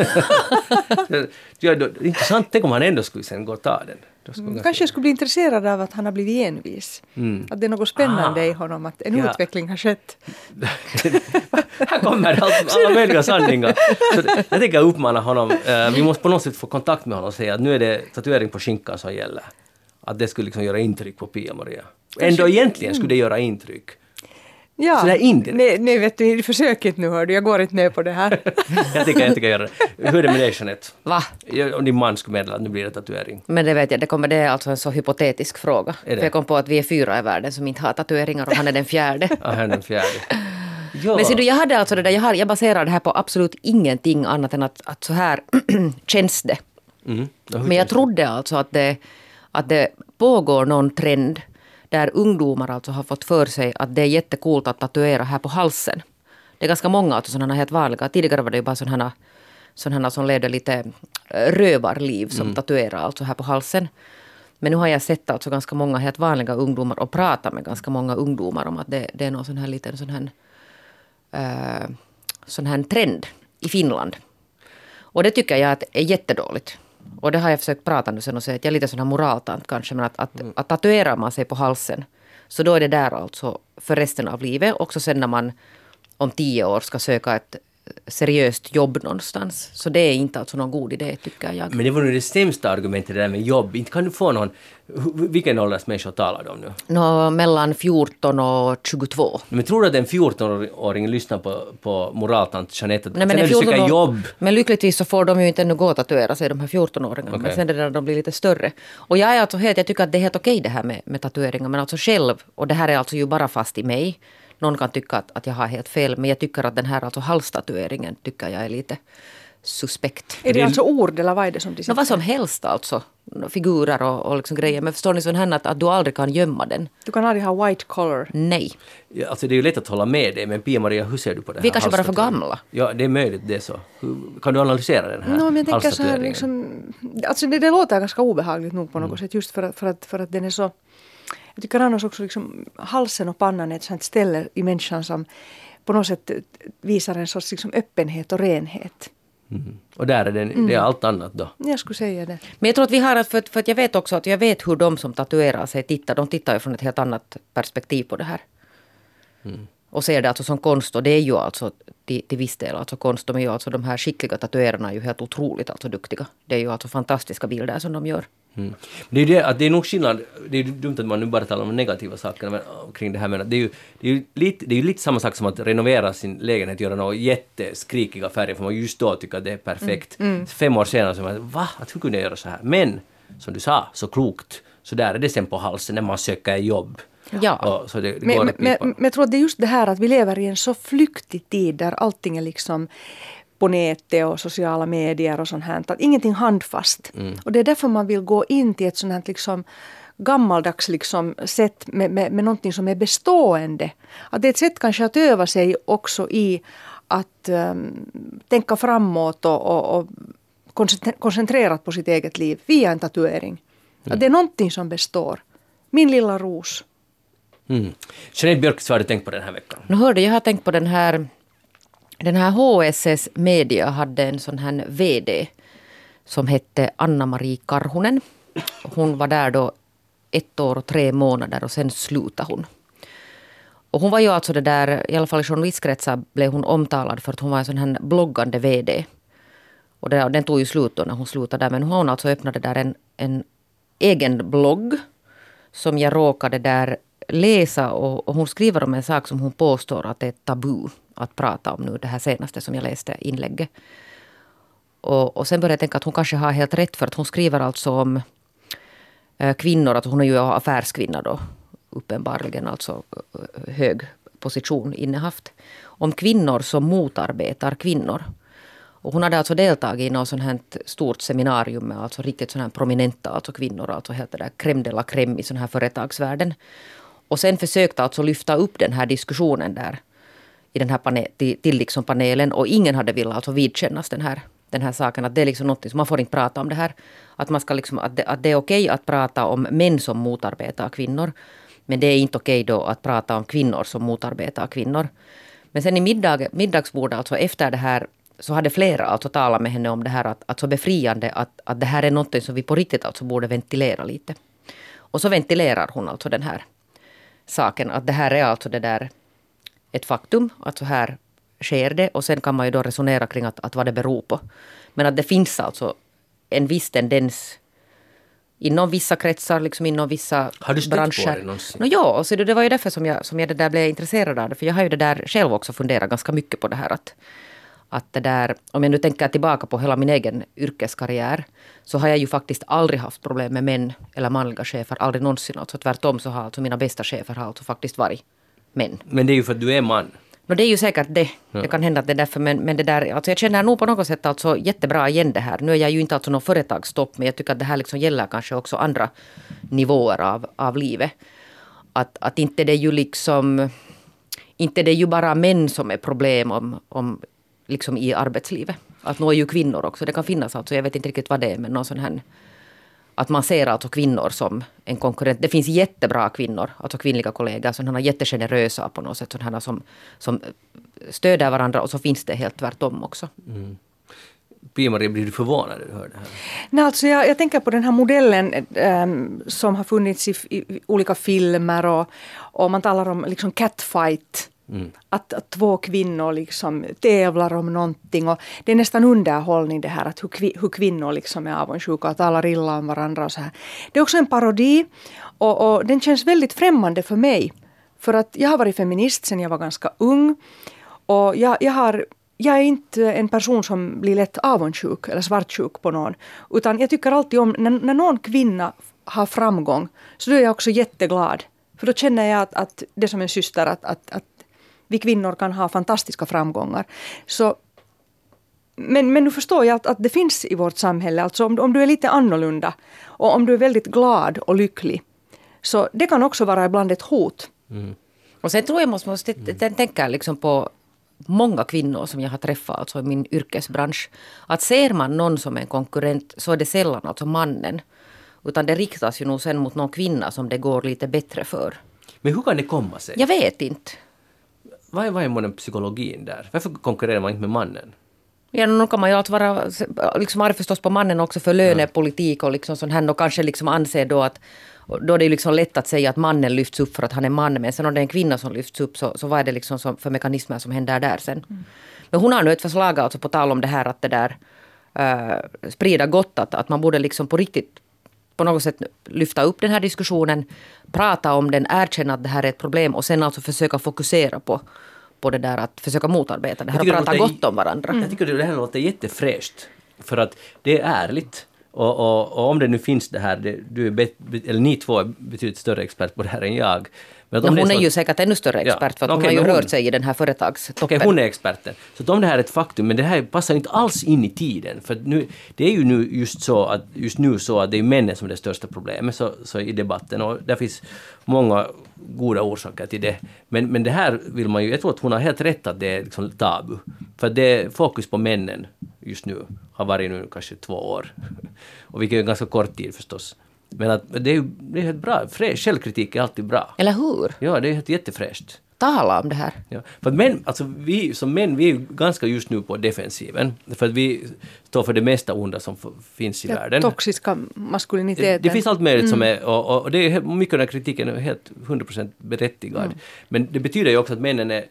Intressant, tänk om han ändå skulle sen gå och ta den. Kanske jag skulle bli intresserad av att han har blivit envis. Att det är något spännande i honom, att en utveckling har skett. Här kommer alla möjliga sanningar. Så jag tänker uppmana honom, vi måste på något sätt få kontakt med honom och säga att nu är det tatuering på skinkan som gäller. Att det skulle liksom göra intryck på Pia Maria. Ändå egentligen skulle det göra intryck. Ja. Sådär indirekt. Nej, vet du, försök inte nu, hör du. Jag går inte med på det här. jag tycker göra det. Hur är det med dig, Jeanette? Va? Om din man skulle meddela att nu blir det tatuering. Men det vet jag, det är alltså en så hypotetisk fråga. För jag kom på att vi är 4 i världen som inte har tatueringar och han är den 4:e. Ja, han är den 4:e. Ja. Men ser du, jag hade alltså det där, jag baserar det här på absolut ingenting annat än att så här känns det. Men jag trodde alltså att det pågår någon trend där ungdomar alltså har fått för sig att det är jättekult att tatuera här på halsen. Det är ganska många alltså sådana helt vanliga. Tidigare var det ju bara sådana som levde lite rövarliv som tatuerar alltså här på halsen. Men nu har jag sett alltså ganska många helt vanliga ungdomar och pratat med ganska många ungdomar om att det är någon sån här liten sån här trend i Finland. Och det tycker jag att är jättedåligt. Och det har jag försökt prata nu sen och säga att jag är lite sån här moraltant kanske. Men att tatuerar man sig på halsen så då är det där alltså för resten av livet. Också sen när man om 10 år ska söka ett seriöst jobb någonstans. Så det är inte alltså någon god idé tycker jag. Men det var nog det sämsta argumentet det där med jobb. Inte kan du få någon... Vilken ålders människor talar du om nu? Mellan 14 och 22. Men tror du att en 14-åring lyssnar på moraltant Jeanette? Nej, men sen när du söker jobb... Men lyckligtvis så får de ju inte ännu gå att tatuera sig, de här 14-åringarna. Okay. Men sen är det när de blir lite större. Och jag är alltså jag tycker att det är helt okej det här med tatueringar. Men alltså själv, och det här är alltså ju bara fast i mig. Någon kan tycka att jag har helt fel. Men jag tycker att den här alltså halstatueringen tycker jag är lite suspekt. Är det alltså ord eller vad är det som de sätter? Vad som helst alltså. Figurer och liksom grejer. Men förstår ni sån här att du aldrig kan gömma den? Du kan aldrig ha white collar. Nej. Ja, alltså det är ju lätt att hålla med dig. Men Pia-Maria, hur ser du på det här? Vi kanske bara för gamla. Ja, det är möjligt. Det är så. Kan du analysera den här men jag tänker så här liksom, alltså det låter ganska obehagligt nog på något sätt. Just för att den är så... Jag tycker annars också liksom, halsen och pannan är ett sånt ställe i människan som på något sätt visar en sorts liksom, öppenhet och renhet. Och där är det är allt annat då. Jag skulle säga det. Men jag tror att vi har, för att jag vet också att jag vet hur de som tatuerar sig tittar. De tittar ju från ett helt annat perspektiv på det här. Och ser det alltså som konst. Och det är ju alltså till viss del alltså konst. De är ju alltså de här skickliga tatuerarna är ju helt otroligt alltså duktiga. Det är ju alltså fantastiska bilder som de gör. Det är det att det är nog skillnad. Det är dumt att man nu bara talar om negativa saker kring det här. Men det är ju lite samma sak som att renovera sin lägenhet, göra några jätteskrikiga färger för man just då tycker att det är perfekt. 5 år senare så man att hur kunde jag göra så här? Men som du sa, så klokt. Så där är det sen på halsen när man söker jobb. Ja. Så det men jag tror att det är just det här att vi lever i en så flyktig tid där allting är liksom på nätet och sociala medier och sånt här. Att ingenting handfast. Och det är därför man vill gå in till ett sånt här liksom gammaldags liksom sätt med någonting som är bestående. Att det är ett sätt kanske att öva sig också i att tänka framåt och koncentrerat på sitt eget liv via en tatuering. Att det är någonting som består. Min lilla ros. Jeanette Björk, vad har du tänkt på den här veckan? Nu hörde jag har tänkt på den här HSS Media hade en sån här vd som hette Anna-Marie Karhunen. Hon var där då 1 år och 3 månader och sen slutade hon. Och hon var ju alltså det där, i alla fall i journalistkretsar blev hon omtalad för att hon var en sån här bloggande vd. Och den tog ju slut då när hon slutade där. Men hon alltså öppnade där en egen blogg som jag råkade där läsa och hon skriver om en sak som hon påstår att det är tabu att prata om nu, det här senaste som jag läste inlägget. Och sen började jag tänka att hon kanske har helt rätt för att hon skriver alltså om kvinnor, att hon är ju affärskvinna då, uppenbarligen alltså hög position innehaft, om kvinnor som motarbetar kvinnor. Och hon hade alltså deltagit i något sånt här stort seminarium med alltså riktigt sådana här prominenta alltså kvinnor, alltså helt det där crème de la crème i sån här företagsvärlden. Och sen försökte alltså lyfta upp den här diskussionen där i den här till liksom panelen, och ingen hade velat alltså vidkännas den här saken, att det är liksom något som man får inte prata om det här, att man ska liksom, att det är okej att prata om män som motarbetar kvinnor, men det är inte okej då att prata om kvinnor som motarbetar kvinnor. Men sen i middagsbordet alltså efter det här så hade flera alltså talat med henne om det här att så befriande att det här är något som vi på riktigt alltså borde ventilera lite. Och så ventilerar hon alltså den här saken, att det här är alltså det där ett faktum, att så här sker det, och sen kan man ju då resonera kring att vad det beror på. Men att det finns alltså en viss tendens inom vissa kretsar, liksom inom vissa har du branscher. På det någonsin? Ja, så det var ju därför som jag det där blev intresserad av det. För jag har ju det där själv också funderat ganska mycket på det här att det där, om jag nu tänker tillbaka på hela min egen yrkeskarriär, så har jag ju faktiskt aldrig haft problem med män eller manliga chefer, aldrig någonsin. Alltså tvärtom så har alltså mina bästa chefer har alltså faktiskt varit män. Men det är ju för att du är man. Det är ju säkert det. Ja. Det kan hända att det är därför. Men det där, alltså jag känner nog på något sätt alltså jättebra igen det här. Nu är jag ju inte alltså någon företagstopp, men jag tycker att det här liksom gäller kanske också andra nivåer av livet. Att inte det är ju liksom, inte det är ju bara män som är problem om liksom i arbetslivet. Att nå är ju kvinnor också. Det kan finnas alltså, jag vet inte riktigt vad det är, men någon sån här, att man ser alltså kvinnor som en konkurrent. Det finns jättebra kvinnor, alltså kvinnliga kollegor, som är jättegenerösa på något sätt, sådana som stöder varandra, och så finns det helt tvärtom också. Mm. Pia-Maria, blir du förvånad när du hör det här? Nej, alltså jag tänker på den här modellen som har funnits i olika filmer och man talar om liksom catfight. Mm. Att två kvinnor liksom tävlar om någonting, och det är nästan underhållning det här att hur kvinnor liksom är avundsjuka och talar illa om varandra och så här. Det är också en parodi och den känns väldigt främmande för mig, för att jag har varit feminist sedan jag var ganska ung, och jag är inte en person som blir lätt avundsjuk eller svartsjuk på någon, utan jag tycker alltid om när någon kvinna har framgång, så då är jag också jätteglad, för då känner jag att det är som en syster att vi kvinnor kan ha fantastiska framgångar. Så, men nu förstår jag att det finns i vårt samhälle. Alltså om du är lite annorlunda och om du är väldigt glad och lycklig. Så det kan också vara ibland ett hot. Mm. Och sen tror jag måste tänka liksom på många kvinnor som jag har träffat alltså i min yrkesbransch. Att ser man någon som en konkurrent, så är det sällan alltså mannen. Utan det riktas ju nog sen mot någon kvinna som det går lite bättre för. Men hur kan det komma sig? Jag vet inte. Vad är den psykologin där? Varför konkurrerar man inte med mannen? Ja, nu kan man ju alltså vara liksom arg förstås på mannen också för lönepolitik och liksom sånt här, och kanske liksom anser då att då är det liksom lätt att säga att mannen lyfts upp för att han är man, men sen om det är en kvinna som lyfts upp, så vad är det liksom för mekanismer som händer där sen? Mm. Men hon har nu ett förslag alltså på tal om det här att det där sprida gott, att man borde liksom på riktigt på något sätt lyfta upp den här diskussionen, prata om den, erkänna att det här är ett problem, och sen alltså försöka fokusera på det där att försöka motarbeta det här och prata gott om varandra. Jag tycker det här låter jättefräscht, för att det är ärligt. Och om det nu finns det här, du är eller ni två är betydligt större expert på det här än jag. Men hon är ju säkert ännu större expert, för att hon har ju rört sig i den här företagstoppen. Okej, hon är experten. Så om det här är ett faktum, men det här passar inte alls in i tiden. För nu, det är ju nu just nu så att det är männen som är det största problemet så i debatten. Och där finns många goda orsaker till det. Men det här vill man ju, jag tror att hon har helt rätt att det är liksom tabu. För det är fokus på männen just nu har varit nu kanske 2 år. Och vilket är en ganska kort tid förstås. Men att det är helt bra. Självkritik är alltid bra. Eller hur? Ja, det är helt jättefräscht. Tala om det här. Ja. För att män, alltså vi som män, vi är ganska just nu på defensiven. För att vi står för det mesta onda som finns i världen. Toxiska maskuliniteten. Det finns allt möjligt som är, och det är mycket av den kritiken är helt 100% berättigad. Mm. Men det betyder ju också att männen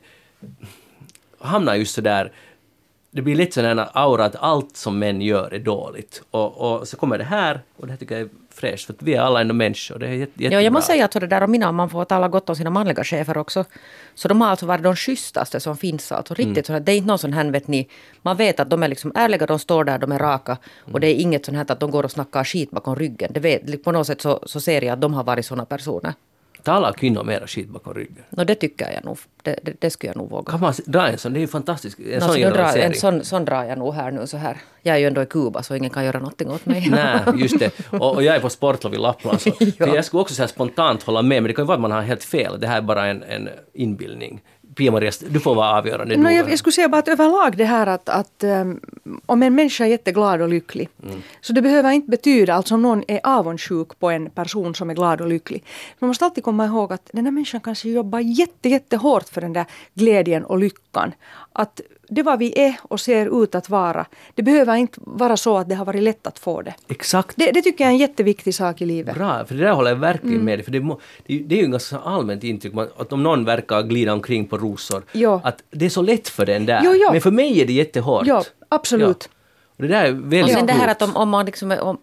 hamnar just så där. Det blir lite sån här aura att allt som män gör är dåligt. Och så kommer det här, och det här tycker jag är fräscht, för att vi är alla ändå människor. Det är jättebra. Ja, jag måste säga att det där om man får tala gott om sina manliga chefer också. Så de har alltså varit de schysstaste som finns. Alltså riktigt sån här, det är inte någon sån här, vet ni, man vet att de är liksom ärliga, de står där, de är raka. Och det är inget sån här att de går och snackar skit bakom ryggen. Det vet, på något sätt så ser jag att de har varit såna personer. Talar kvinnor mera skit bakom ryggen? Det tycker jag nog. Det skulle jag nog våga. Kan man dra en sån? Det är ju fantastiskt. En sån drar jag nog här nu så här. Jag är ju ändå i Kuba, så ingen kan göra någonting åt mig. Nej, just det. Och jag är på sportlov i Lappland. Så ja. Jag skulle också så här spontant hålla med, men det kan ju vara att man har helt fel. Det här är bara en inbildning. Pia-Maria, du får vara avgörande. Jag skulle säga bara att överlag det här att om en människa är jätteglad och lycklig, så det behöver inte betyda, alltså om någon är avundsjuk på en person som är glad och lycklig. Man måste alltid komma ihåg att den här människan kanske jobbar jättehårt för den där glädjen och lyckan. Att det vad vi är och ser ut att vara, det behöver inte vara så att det har varit lätt att få det. Exakt. Det tycker jag är en jätteviktig sak i livet. Bra, för det där håller jag verkligen med. För det är ju en ganska allmänt intryck att om någon verkar glida omkring på rosor, att det är så lätt för den där. Jo. Men för mig är det jättehårt. Ja, absolut. Ja. Och det där är väldigt och sen det här att om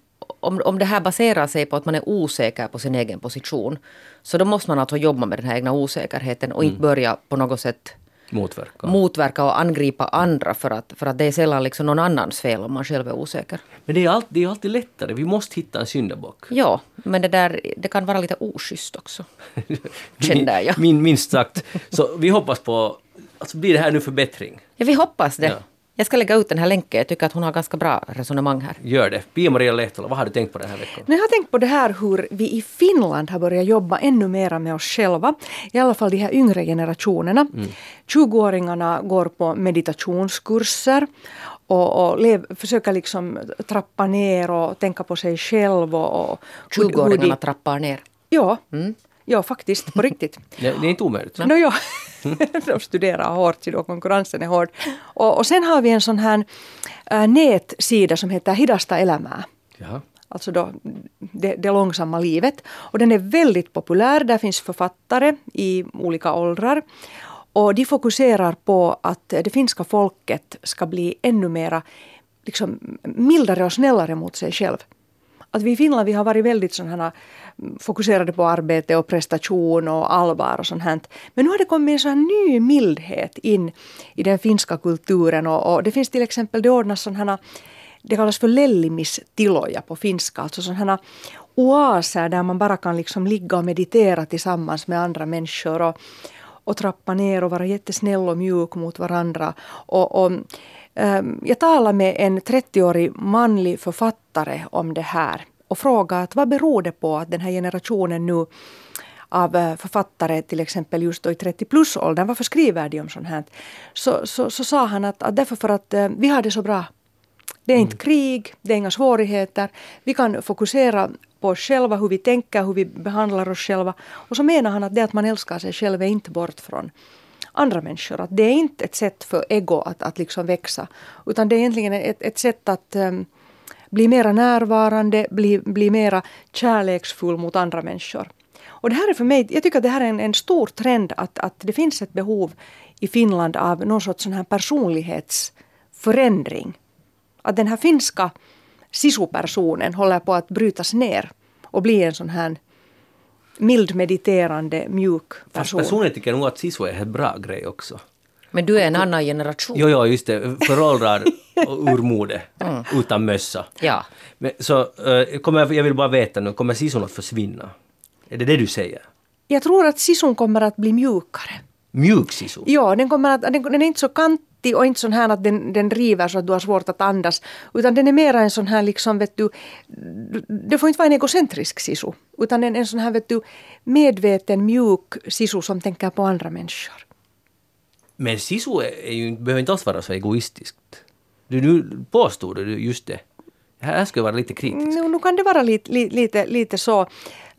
om det här baserar sig på att man är osäker på sin egen position, så då måste man alltså jobba med den här egna osäkerheten och inte börja på något sätt motverka och angripa andra för att det är sällan liksom någon annans fel om man själv är osäker. Men det är alltid lättare. Vi måste hitta en syndabock. Ja, men det kan vara lite oschysst också. Känner jag. Minst sagt. Så vi hoppas på, alltså blir det här nu förbättring? Ja, vi hoppas det. Ja. Jag ska lägga ut den här länken. Jag tycker att hon har ganska bra resonemang här. Gör det. Pia-Maria Lehtola, vad har du tänkt på den här veckan? Jag har tänkt på det här hur vi i Finland har börjat jobba ännu mer med oss själva. I alla fall de här yngre generationerna. 20-åringarna går på meditationskurser och försöker liksom trappa ner och tänka på sig själv. Och 20-åringarna trappar ner. Ja. Ja, faktiskt, på riktigt. Det är inte omöjligt. Ja. De studerar hårt, så då konkurrensen är hård. Och sen har vi en sån här nätsida som heter Hidasta elämää. Jaha. Alltså då det långsamma livet. Och den är väldigt populär. Där finns författare i olika åldrar. Och de fokuserar på att det finska folket ska bli ännu mera liksom, mildare och snällare mot sig själv. Att vi i Finland vi har varit väldigt sådana fokuserade på arbete och prestation och allvar och sånt här. Men nu har det kommit en sån ny mildhet in i den finska kulturen och det finns till exempel, det ordnas sådana, det kallas för lellimistiloja på finska, alltså sådana oaser där man bara kan liksom ligga och meditera tillsammans med andra människor och trappa ner och vara jättesnäll och mjuk mot varandra. Jag talade med en 30-årig manlig författare om det här och frågade att vad beror det på att den här generationen nu av författare till exempel just då i 30-plus-åldern, varför skriver de om sånt här? Så sa han att därför för att vi har det så bra. Det är inte krig, det är inga svårigheter. Vi kan fokusera på oss själva, hur vi tänker, hur vi behandlar oss själva. Och så menar han att det att man älskar sig själv är inte bort från andra människor. Att det är inte ett sätt för ego att liksom växa. Utan det är egentligen ett sätt att bli mera närvarande, bli mera kärleksfull mot andra människor. Och det här är för mig, jag tycker att det här är en stor trend att det finns ett behov i Finland av någon sorts sån här personlighetsförändring. Att den här finska sisupersonen håller på att brytas ner och bli en sån här mild, mediterande, mjuk person. Personligen tycker jag nog att sisu är en bra grej också. Men du är en annan generation. Jo, just det. Föråldrar och urmode utan mössa. Ja. Men, så jag vill bara veta nu, kommer sisun att försvinna? Är det du säger? Jag tror att sisun kommer att bli mjukare. Mjuk sisu? Ja, den är inte så kantig och inte sån här att den river så att du har svårt att andas. Utan den är mera en sån här liksom, vet du, det får inte vara en egocentrisk sisu. Utan en sån här, vet du, medveten, mjuk sisu som tänker på andra människor. Men sisu behöver inte alls vara så egoistiskt. Nu påstod du just det. Här ska jag vara lite kritisk. Nu kan det vara lite så.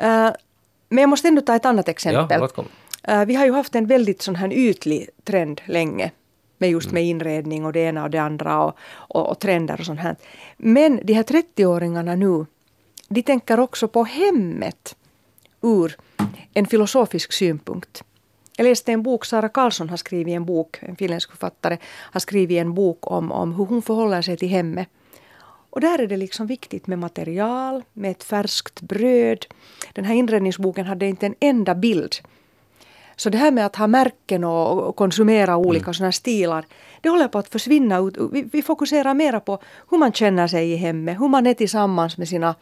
Men jag måste ändå ta ett annat exempel. Ja, vi har ju haft en väldigt sån här ytlig trend länge. Med inredning och det ena och det andra och trender och sånt här. Men de här 30-åringarna nu, de tänker också på hemmet ur en filosofisk synpunkt. Jag läste en bok, Sara Karlsson har skrivit en bok, en finländsk författare har skrivit en bok om hur hon förhåller sig till hemmet. Och där är det liksom viktigt med material, med ett färskt bröd. Den här inredningsboken hade inte en enda bild. Så det här med att ha märken och konsumera olika sådana stilar, det håller på att försvinna ut. Vi fokuserar mera på hur man känner sig i hemmet, hur man är tillsammans med sina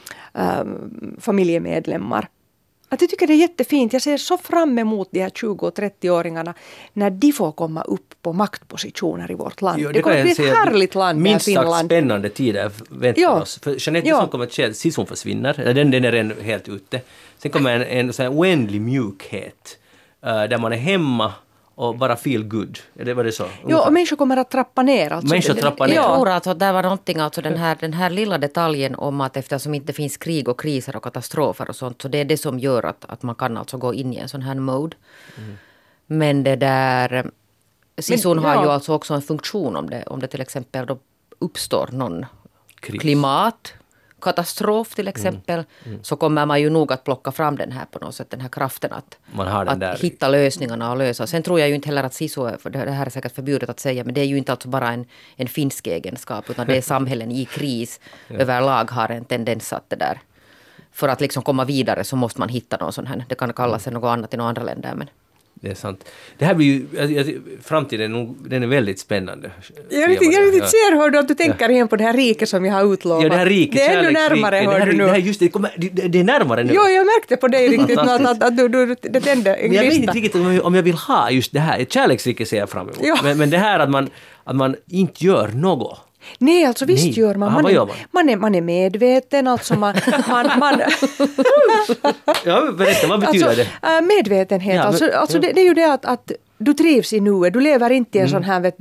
familjemedlemmar. Att jag tycker det är jättefint. Jag ser så fram emot de här 20- och 30-åringarna när de får komma upp på maktpositioner i vårt land. Jo, det kommer bli ett härligt land minst Finland. Minst sagt spännande tider väntar oss. För Jeanette som kommer att ske, sisun försvinner. Den är redan helt ute. Sen kommer en sån här oändlig mjukhet. Där man är hemma och bara feel good. Var det så? Jo, och människor kommer att trappa ner. Alltså. Människor trappar ner. Jag tror att det var någonting, alltså den här lilla detaljen om att eftersom inte finns krig och kriser och katastrofer och sånt, så det är det som gör att man kan alltså gå in i en sån här mode. Men det där, sisun har ju alltså också en funktion om det till exempel då uppstår någon klimat, katastrof till exempel, så kommer man ju nog att plocka fram den här på något sätt, den här kraften att, man har den där hitta lösningarna och lösa. Sen tror jag ju inte heller att SISU, för det här är säkert förbjudet att säga, men det är ju inte alltså bara en finsk egenskap, utan det är samhällen i kris överlag har en tendens att det där. För att liksom komma vidare så måste man hitta någon sån här, det kan kallas något annat i några andra länder, men det är sant. Det här blir ju, framtiden den är väldigt spännande. Jag riktigt ser hur att du tänker igen på det här riket som jag har utlovat. Ja, det här riket, det är ännu närmare, hör du nu. Det är närmare nu. Jo, jag märkte på dig riktigt att du det tände en jag vet lista. inte riktigt om jag vill ha just det här. Ett kärleksrike ser jag fram emot. Ja. Men det här att man inte gör något. Nej, alltså visst gör man. Aha, vad gör man är medveten, alltså man ja, berätta, vad betyder det? Medvetenhet, Ja, alltså det är ju det att du trivs i nuet, du lever inte i en sån här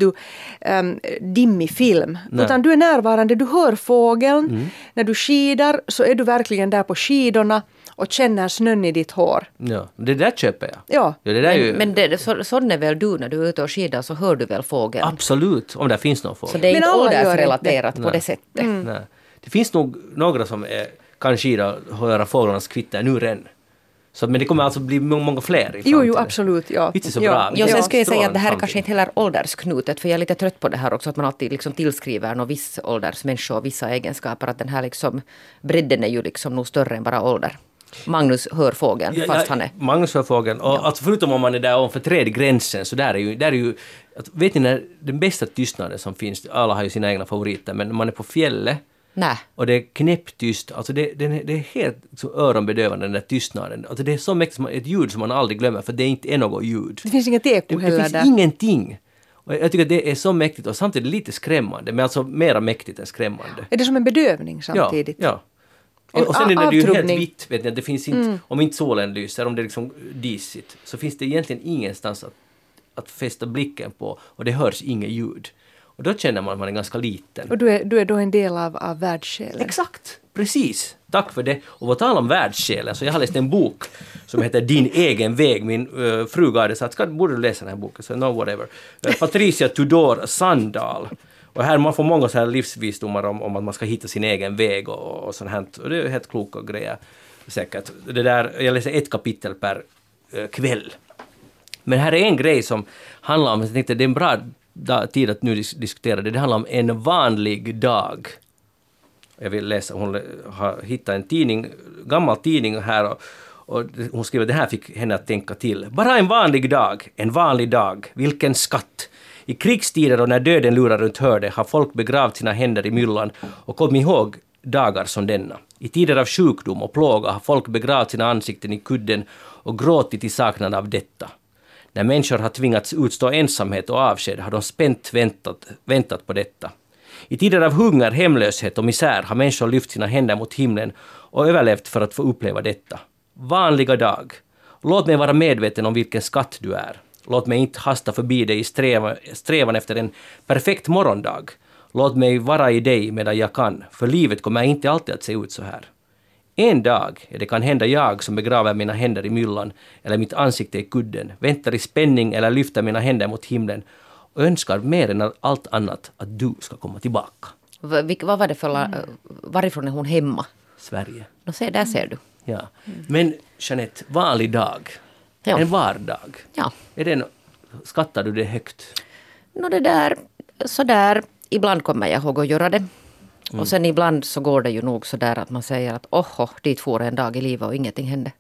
dimmig film, utan du är närvarande, du hör fågeln, när du skidar så är du verkligen där på skidorna och känner snön i ditt hår. Ja, det där köper jag. Ja. Det där är ju... Men sån är väl du när du är ute och skidar, så hör du väl fågeln? Absolut, om det finns någon fågel. Så det är Men inte alla gör åldersrelaterat inte. på det sättet. Nej. Det finns nog några som kan skida och höra fåglarnas kvitter nu redan. Så, men det kommer alltså bli många fler i framtiden. Jo, absolut. Ja. Det är så bra. Jo, sen skulle jag säga att det här är Framtiden. kanske inte heller åldersknutet, för jag är lite trött på det här också, att man alltid liksom tillskriver någon viss åldersmänniska och vissa egenskaper, att den här liksom, bredden är ju liksom nog större än bara ålder. Magnus hör fågeln, fast han är... Magnus hör fågeln. Och alltså förutom om man är där ovanför trädgränsen, så där är ju vet ni när den bästa tystnaden som finns, alla har ju sina egna favoriter, men man är på fjället Nej. och det är knäpptyst, alltså det är helt så öronbedövande, den där tystnaden. Alltså det är så mycket ett ljud som man aldrig glömmer, för det inte är något ljud. Det finns inget eko heller där. Det finns ingenting. Och jag tycker att det är så mäktigt och samtidigt lite skrämmande, men alltså mera mäktigt än skrämmande. Är det som en bedövning samtidigt? Ja. Och sen är det ju helt avtrubbning. vitt, vet ni, det finns inte, om inte solen lyser, om det är liksom disigt, så finns det egentligen ingenstans att fästa blicken på, och det hörs inget ljud. Och då känner man att man är ganska liten. Och du är då en del av världssjälen. Exakt, precis. Tack för det. Och vad talar om världssjälen, så jag har läst en bok som heter Din egen väg. Min fru gav det, så att borde du läsa den här boken, så no whatever. Patricia Tudor Sandahl. Och här man får många så här livsvisdomar om att man ska hitta sin egen väg och sånt här. Och det är helt kloka grejer säkert. Det där, jag läser ett kapitel per kväll. Men här är en grej som handlar om, jag tänkte det är en bra tid att nu diskutera det. Det handlar om en vanlig dag. Jag vill läsa, hon har hittat en tidning, gammal tidning här, och hon skriver att det här fick henne att tänka till. Bara en vanlig dag, vilken skatt. I krigstider och när döden lurar runt hörde har folk begravt sina händer i myllan och kom ihåg dagar som denna. I tider av sjukdom och plåga har folk begravt sina ansikten i kudden och gråtit i saknad av detta. När människor har tvingats utstå ensamhet och avsked har de spänt väntat på detta. I tider av hunger, hemlöshet och misär har människor lyft sina händer mot himlen och överlevt för att få uppleva detta. Vanliga dag. Låt mig vara medveten om vilken skatt du är. Låt mig inte hasta förbi dig i strävan efter en perfekt morgondag. Låt mig vara i dig medan jag kan, för livet kommer inte alltid att se ut så här. En dag är det kan hända jag som begraver mina händer i myllan eller mitt ansikte i kudden, väntar i spänning eller lyfter mina händer mot himlen och önskar mer än allt annat att du ska komma tillbaka. Vad var det för... Varifrån är hon hemma? Sverige. Där ser du. Ja. Men Jeanette, vanlig dag. Ja. En vardag. Ja. Skattar du det högt? Det där, sådär. Ibland kommer jag ihåg att göra det. Och sen ibland så går det ju nog sådär att man säger att dit får en dag i livet och ingenting hände.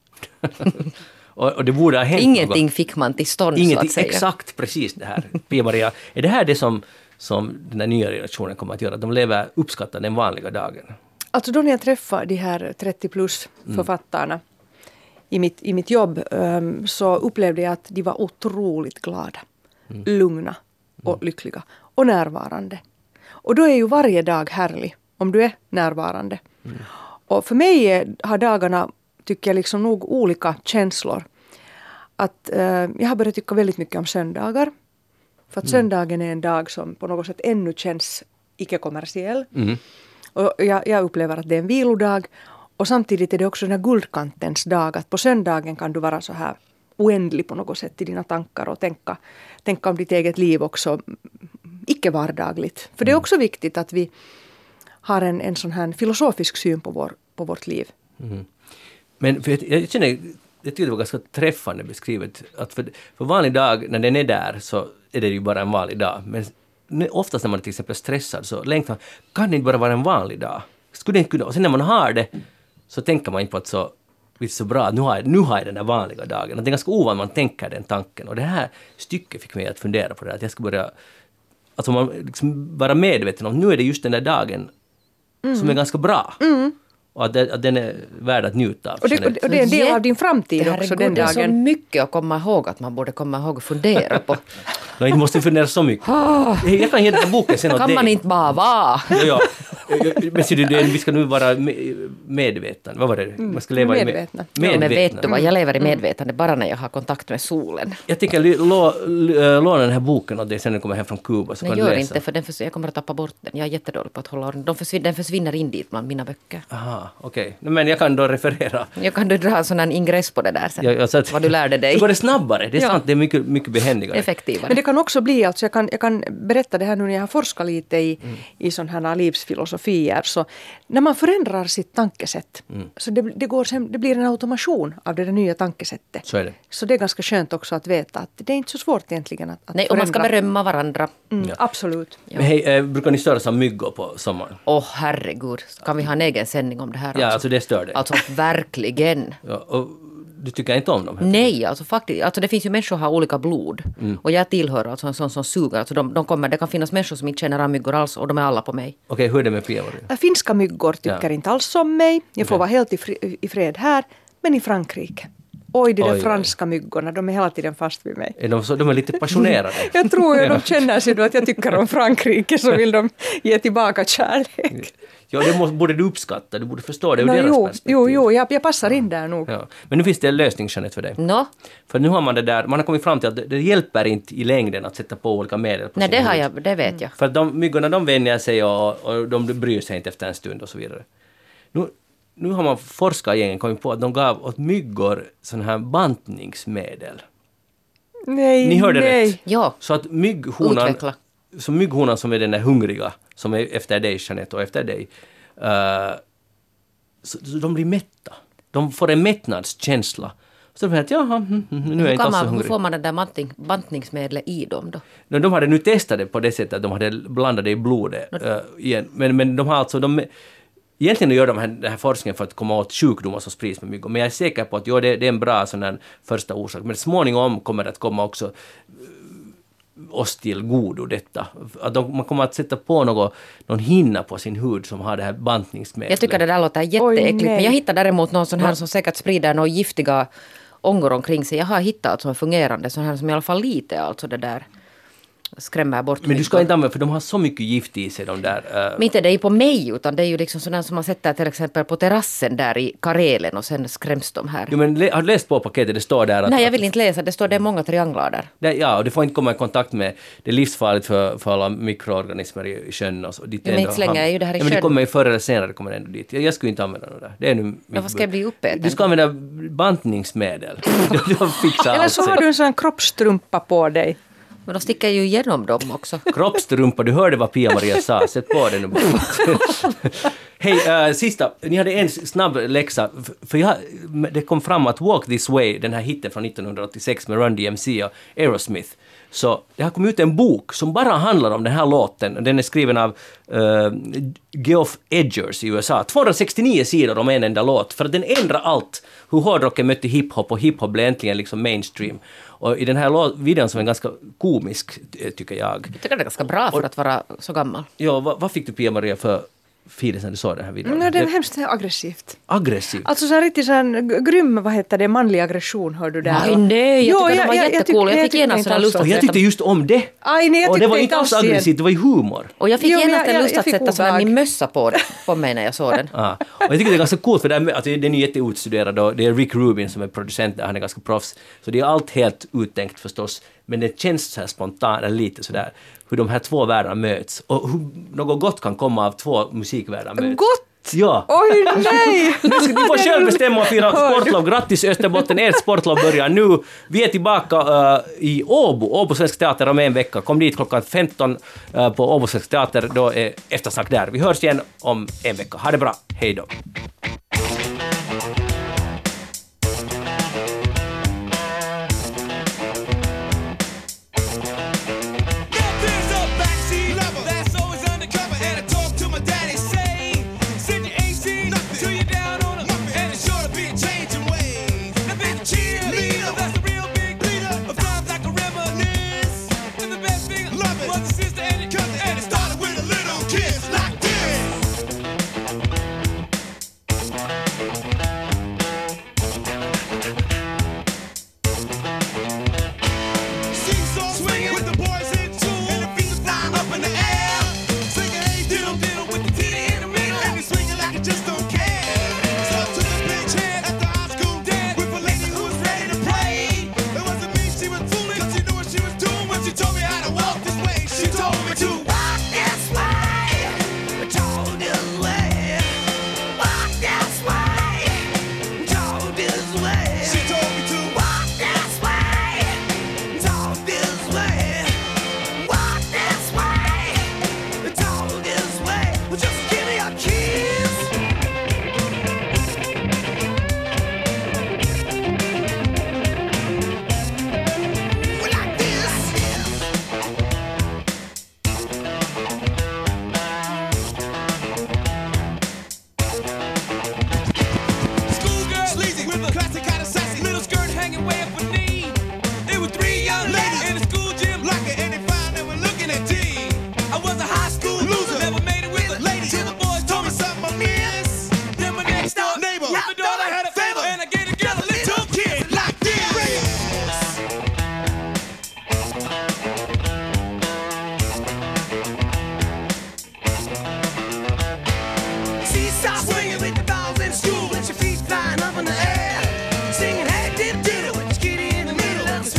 och det borde ha hänt ingenting något. Fick man till stånd, ingenting, så att säga. Exakt, precis det här. Pia-Maria, är det här det som den här nya generationen kommer att göra? De uppskattar den vanliga dagen. Alltså då när jag träffar de här 30+ författarna i mitt jobb, så upplevde jag att de var otroligt glada, lugna och lyckliga och närvarande. Och då är ju varje dag härlig om du är närvarande. Och för mig har dagarna, tycker jag, liksom nog olika känslor. Att jag har börjat tycka väldigt mycket om söndagar. För att söndagen är en dag som på något sätt ännu känns icke-kommersiell. Och jag upplever att det är en vilodag. Och samtidigt är det också den här guldkantens dag. Att på söndagen kan du vara så här oändlig på något sätt i dina tankar. Och tänka om ditt eget liv också icke-vardagligt. För det är också viktigt att vi har en sån här filosofisk syn på vårt liv. Mm. Men för jag tycker det var ganska träffande beskrivet att för vanlig dag när den är där så är det ju bara en vanlig dag. Men oftast när man är till exempel stressad så längtar man, kan det inte bara vara en vanlig dag? Skulle det inte kunna? Och sen när man har det så tänker man inte på att så, det är så bra att nu har jag den där vanliga dagen. Att det är ganska ovanligt man tänker den tanken. Och det här stycket fick mig att fundera på det. Att jag ska börja alltså man liksom vara medveten om nu är det just den där dagen som är ganska bra. Och att den är värd att njuta av. Och det är en del av din framtid också den dagen. Det är så mycket att komma ihåg att man borde komma ihåg och fundera på. Nej, inte måste fundera så mycket. Jag kan ge den här boken sen åt dig. Kan man inte bara vara? Ja. Men vi ska nu vara medvetna. Vad var det? Man ska leva medvetna. Men vet du vad, jag lever i medvetande bara när jag har kontakt med solen. Jag tänker låna den här boken och det sen när du kommer hem från Kuba så nej, kan du läsa. inte för jag kommer att tappa bort den. Jag är jättedålig på att hålla den. Den försvinner in dit bland mina böcker. Aha, okej. Men jag kan då referera. Jag kan dra en sån här ingress på det där sen. Vad du lärde dig. Så går det snabbare. Det är sant, det är mycket behändigare. Effektivare. Men det kan också bli, alltså jag kan berätta det här nu när jag har forskat lite i sån här livsfilosofier. Så när man förändrar sitt tankesätt så det blir en automation av det nya tankesättet. Så är det. Så det är ganska skönt också att veta att det är inte så svårt egentligen att nej, och man ska berömma varandra. Ja. Absolut. Men hej, brukar ni störas av myggor på sommaren? Herregud. Kan vi ha en egen sändning om det här? Ja, alltså det stör dig. Alltså verkligen. Ja, och du tycker inte om dem? Nej, alltså faktiskt. Alltså det finns ju människor som har olika blod. Och jag tillhör alltså en sån som suger. Alltså det kan finnas människor som inte känner av myggor alls och de är alla på mig. Okej, hur är det med Pia-Maria? Finska myggor tycker inte alls om mig. Jag får vara helt i fred här. Men i Frankrike. Oj, de där franska myggorna, de är hela tiden fast vid mig. De är lite passionerade. Jag tror att de känner sig då att jag tycker om Frankrike så vill de ge tillbaka kärlek. Ja, det borde du uppskatta. Du borde förstå det ur deras perspektiv. Jo, jag passar in där nog. Ja. Men nu finns det en lösning, Jeanette, för dig. No. För nu har man man har kommit fram till att det hjälper inte i längden att sätta på olika medel på nej, det vet jag. För att myggorna, de vänjer sig och de bryr sig inte efter en stund och så vidare. Nu har man forskargängen kommit på att de gav åt myggor sån här bantningsmedel. Nej, ni hörde rätt. Ja. Så att mygghonan som är den där hungriga, som är efter dig, Jeanette, och efter dig, så de blir mätta. De får en mättnadskänsla. Så de säger att nu är jag inte alls så hungrig. Hur får man den där bantningsmedlet i dem då? De hade nu testat det på det sättet att de hade blandat det i blodet igen. Men de har alltså... Egentligen gör de den här forskningen för att komma åt sjukdomar som sprids med myggor. Men jag är säker på att det är en bra sån här första orsak. Men småningom kommer det att komma också oss till godo detta. Att man kommer att sätta på någon hinna på sin hud som har det här bantningsmedlet. Jag tycker det där låter jätteäckligt. Men jag hittar däremot någon sån här som säkert sprider några giftiga ångor omkring sig. Jag har hittat alltså en fungerande sån här som i alla fall lite alltså det där skrämmer bort. Men du ska inte använda, för de har så mycket gift i sig, de där... Men inte det är på mig, utan det är ju liksom sådana som man sätter till exempel på terrassen där i Karelen och sen skräms de här. Jo, men har du läst på paketet? Det står där att... Nej, jag vill inte läsa. Det står det är många trianglar där. Ja, och du får inte komma i kontakt med... Det är livsfarligt för alla mikroorganismer i sjön och så. Men inte så länge är ju det här i sjön. Men det kommer ju förr eller senare kommer det ändå dit. Jag skulle inte använda det där. Det är nu... Men vad ska jag bli uppäten? Du ska använda bantningsmedel. Eller så har du en sån kroppstrumpa på dig. Men de sticker ju igenom dem också. Kroppstrumpa, du hörde vad Pia-Maria sa. Sätt på den nu. Hej, sista. Ni hade en snabb läxa. För det kom fram att Walk This Way, den här hitten från 1986 med Run DMC och Aerosmith. Så det har kommit ut en bok som bara handlar om den här låten. Den är skriven av Geoff Edgers i USA. 269 sidor om en enda låt. För att den ändrar allt. Hur hårdrocken mötte hiphop och hiphop blev äntligen liksom mainstream. Och i den här videon som är ganska komisk, tycker jag. Jag tycker det är ganska bra för att vara så gammal. Ja, vad fick du, Pia-Maria, för feeling när du såg den här videon? Nej, det är hemskt aggressivt. Aggressivt? Alltså så här riktigt så här grym, vad heter det, manlig aggression, hör du där? Nej, jag tycker de var jättecool. Jag fick genast sådana lust att sätta... Jag tyckte just om det. Aj, nej, och det var inte alls aggressivt, det var ju humor. Och jag fick genast en lust att sätta sådär min mössa på mig när jag såg den. Och jag tycker det är ganska coolt, för den är ju jätteutstuderad och det är Rick Rubin som är producent där, han är ganska proffs. Så det är allt helt uttänkt förstås. Men det känns så här spontant, lite sådär, hur de här två världarna möts. Och hur något gott kan komma av två musikvärldar möts. Gott Ja. Oj, nej! Ni får själv bestämma och fira sportlov. Grattis Österbotten, ert sportlov börjar nu. Vi är tillbaka i Åbo Svensk Teater om en vecka. Kom dit klockan 15 på Åbo Svensk Teater. Då är eftersnack där. Vi hörs igen om en vecka. Ha det bra. Hej då.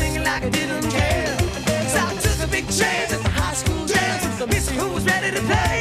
Who was ready to play?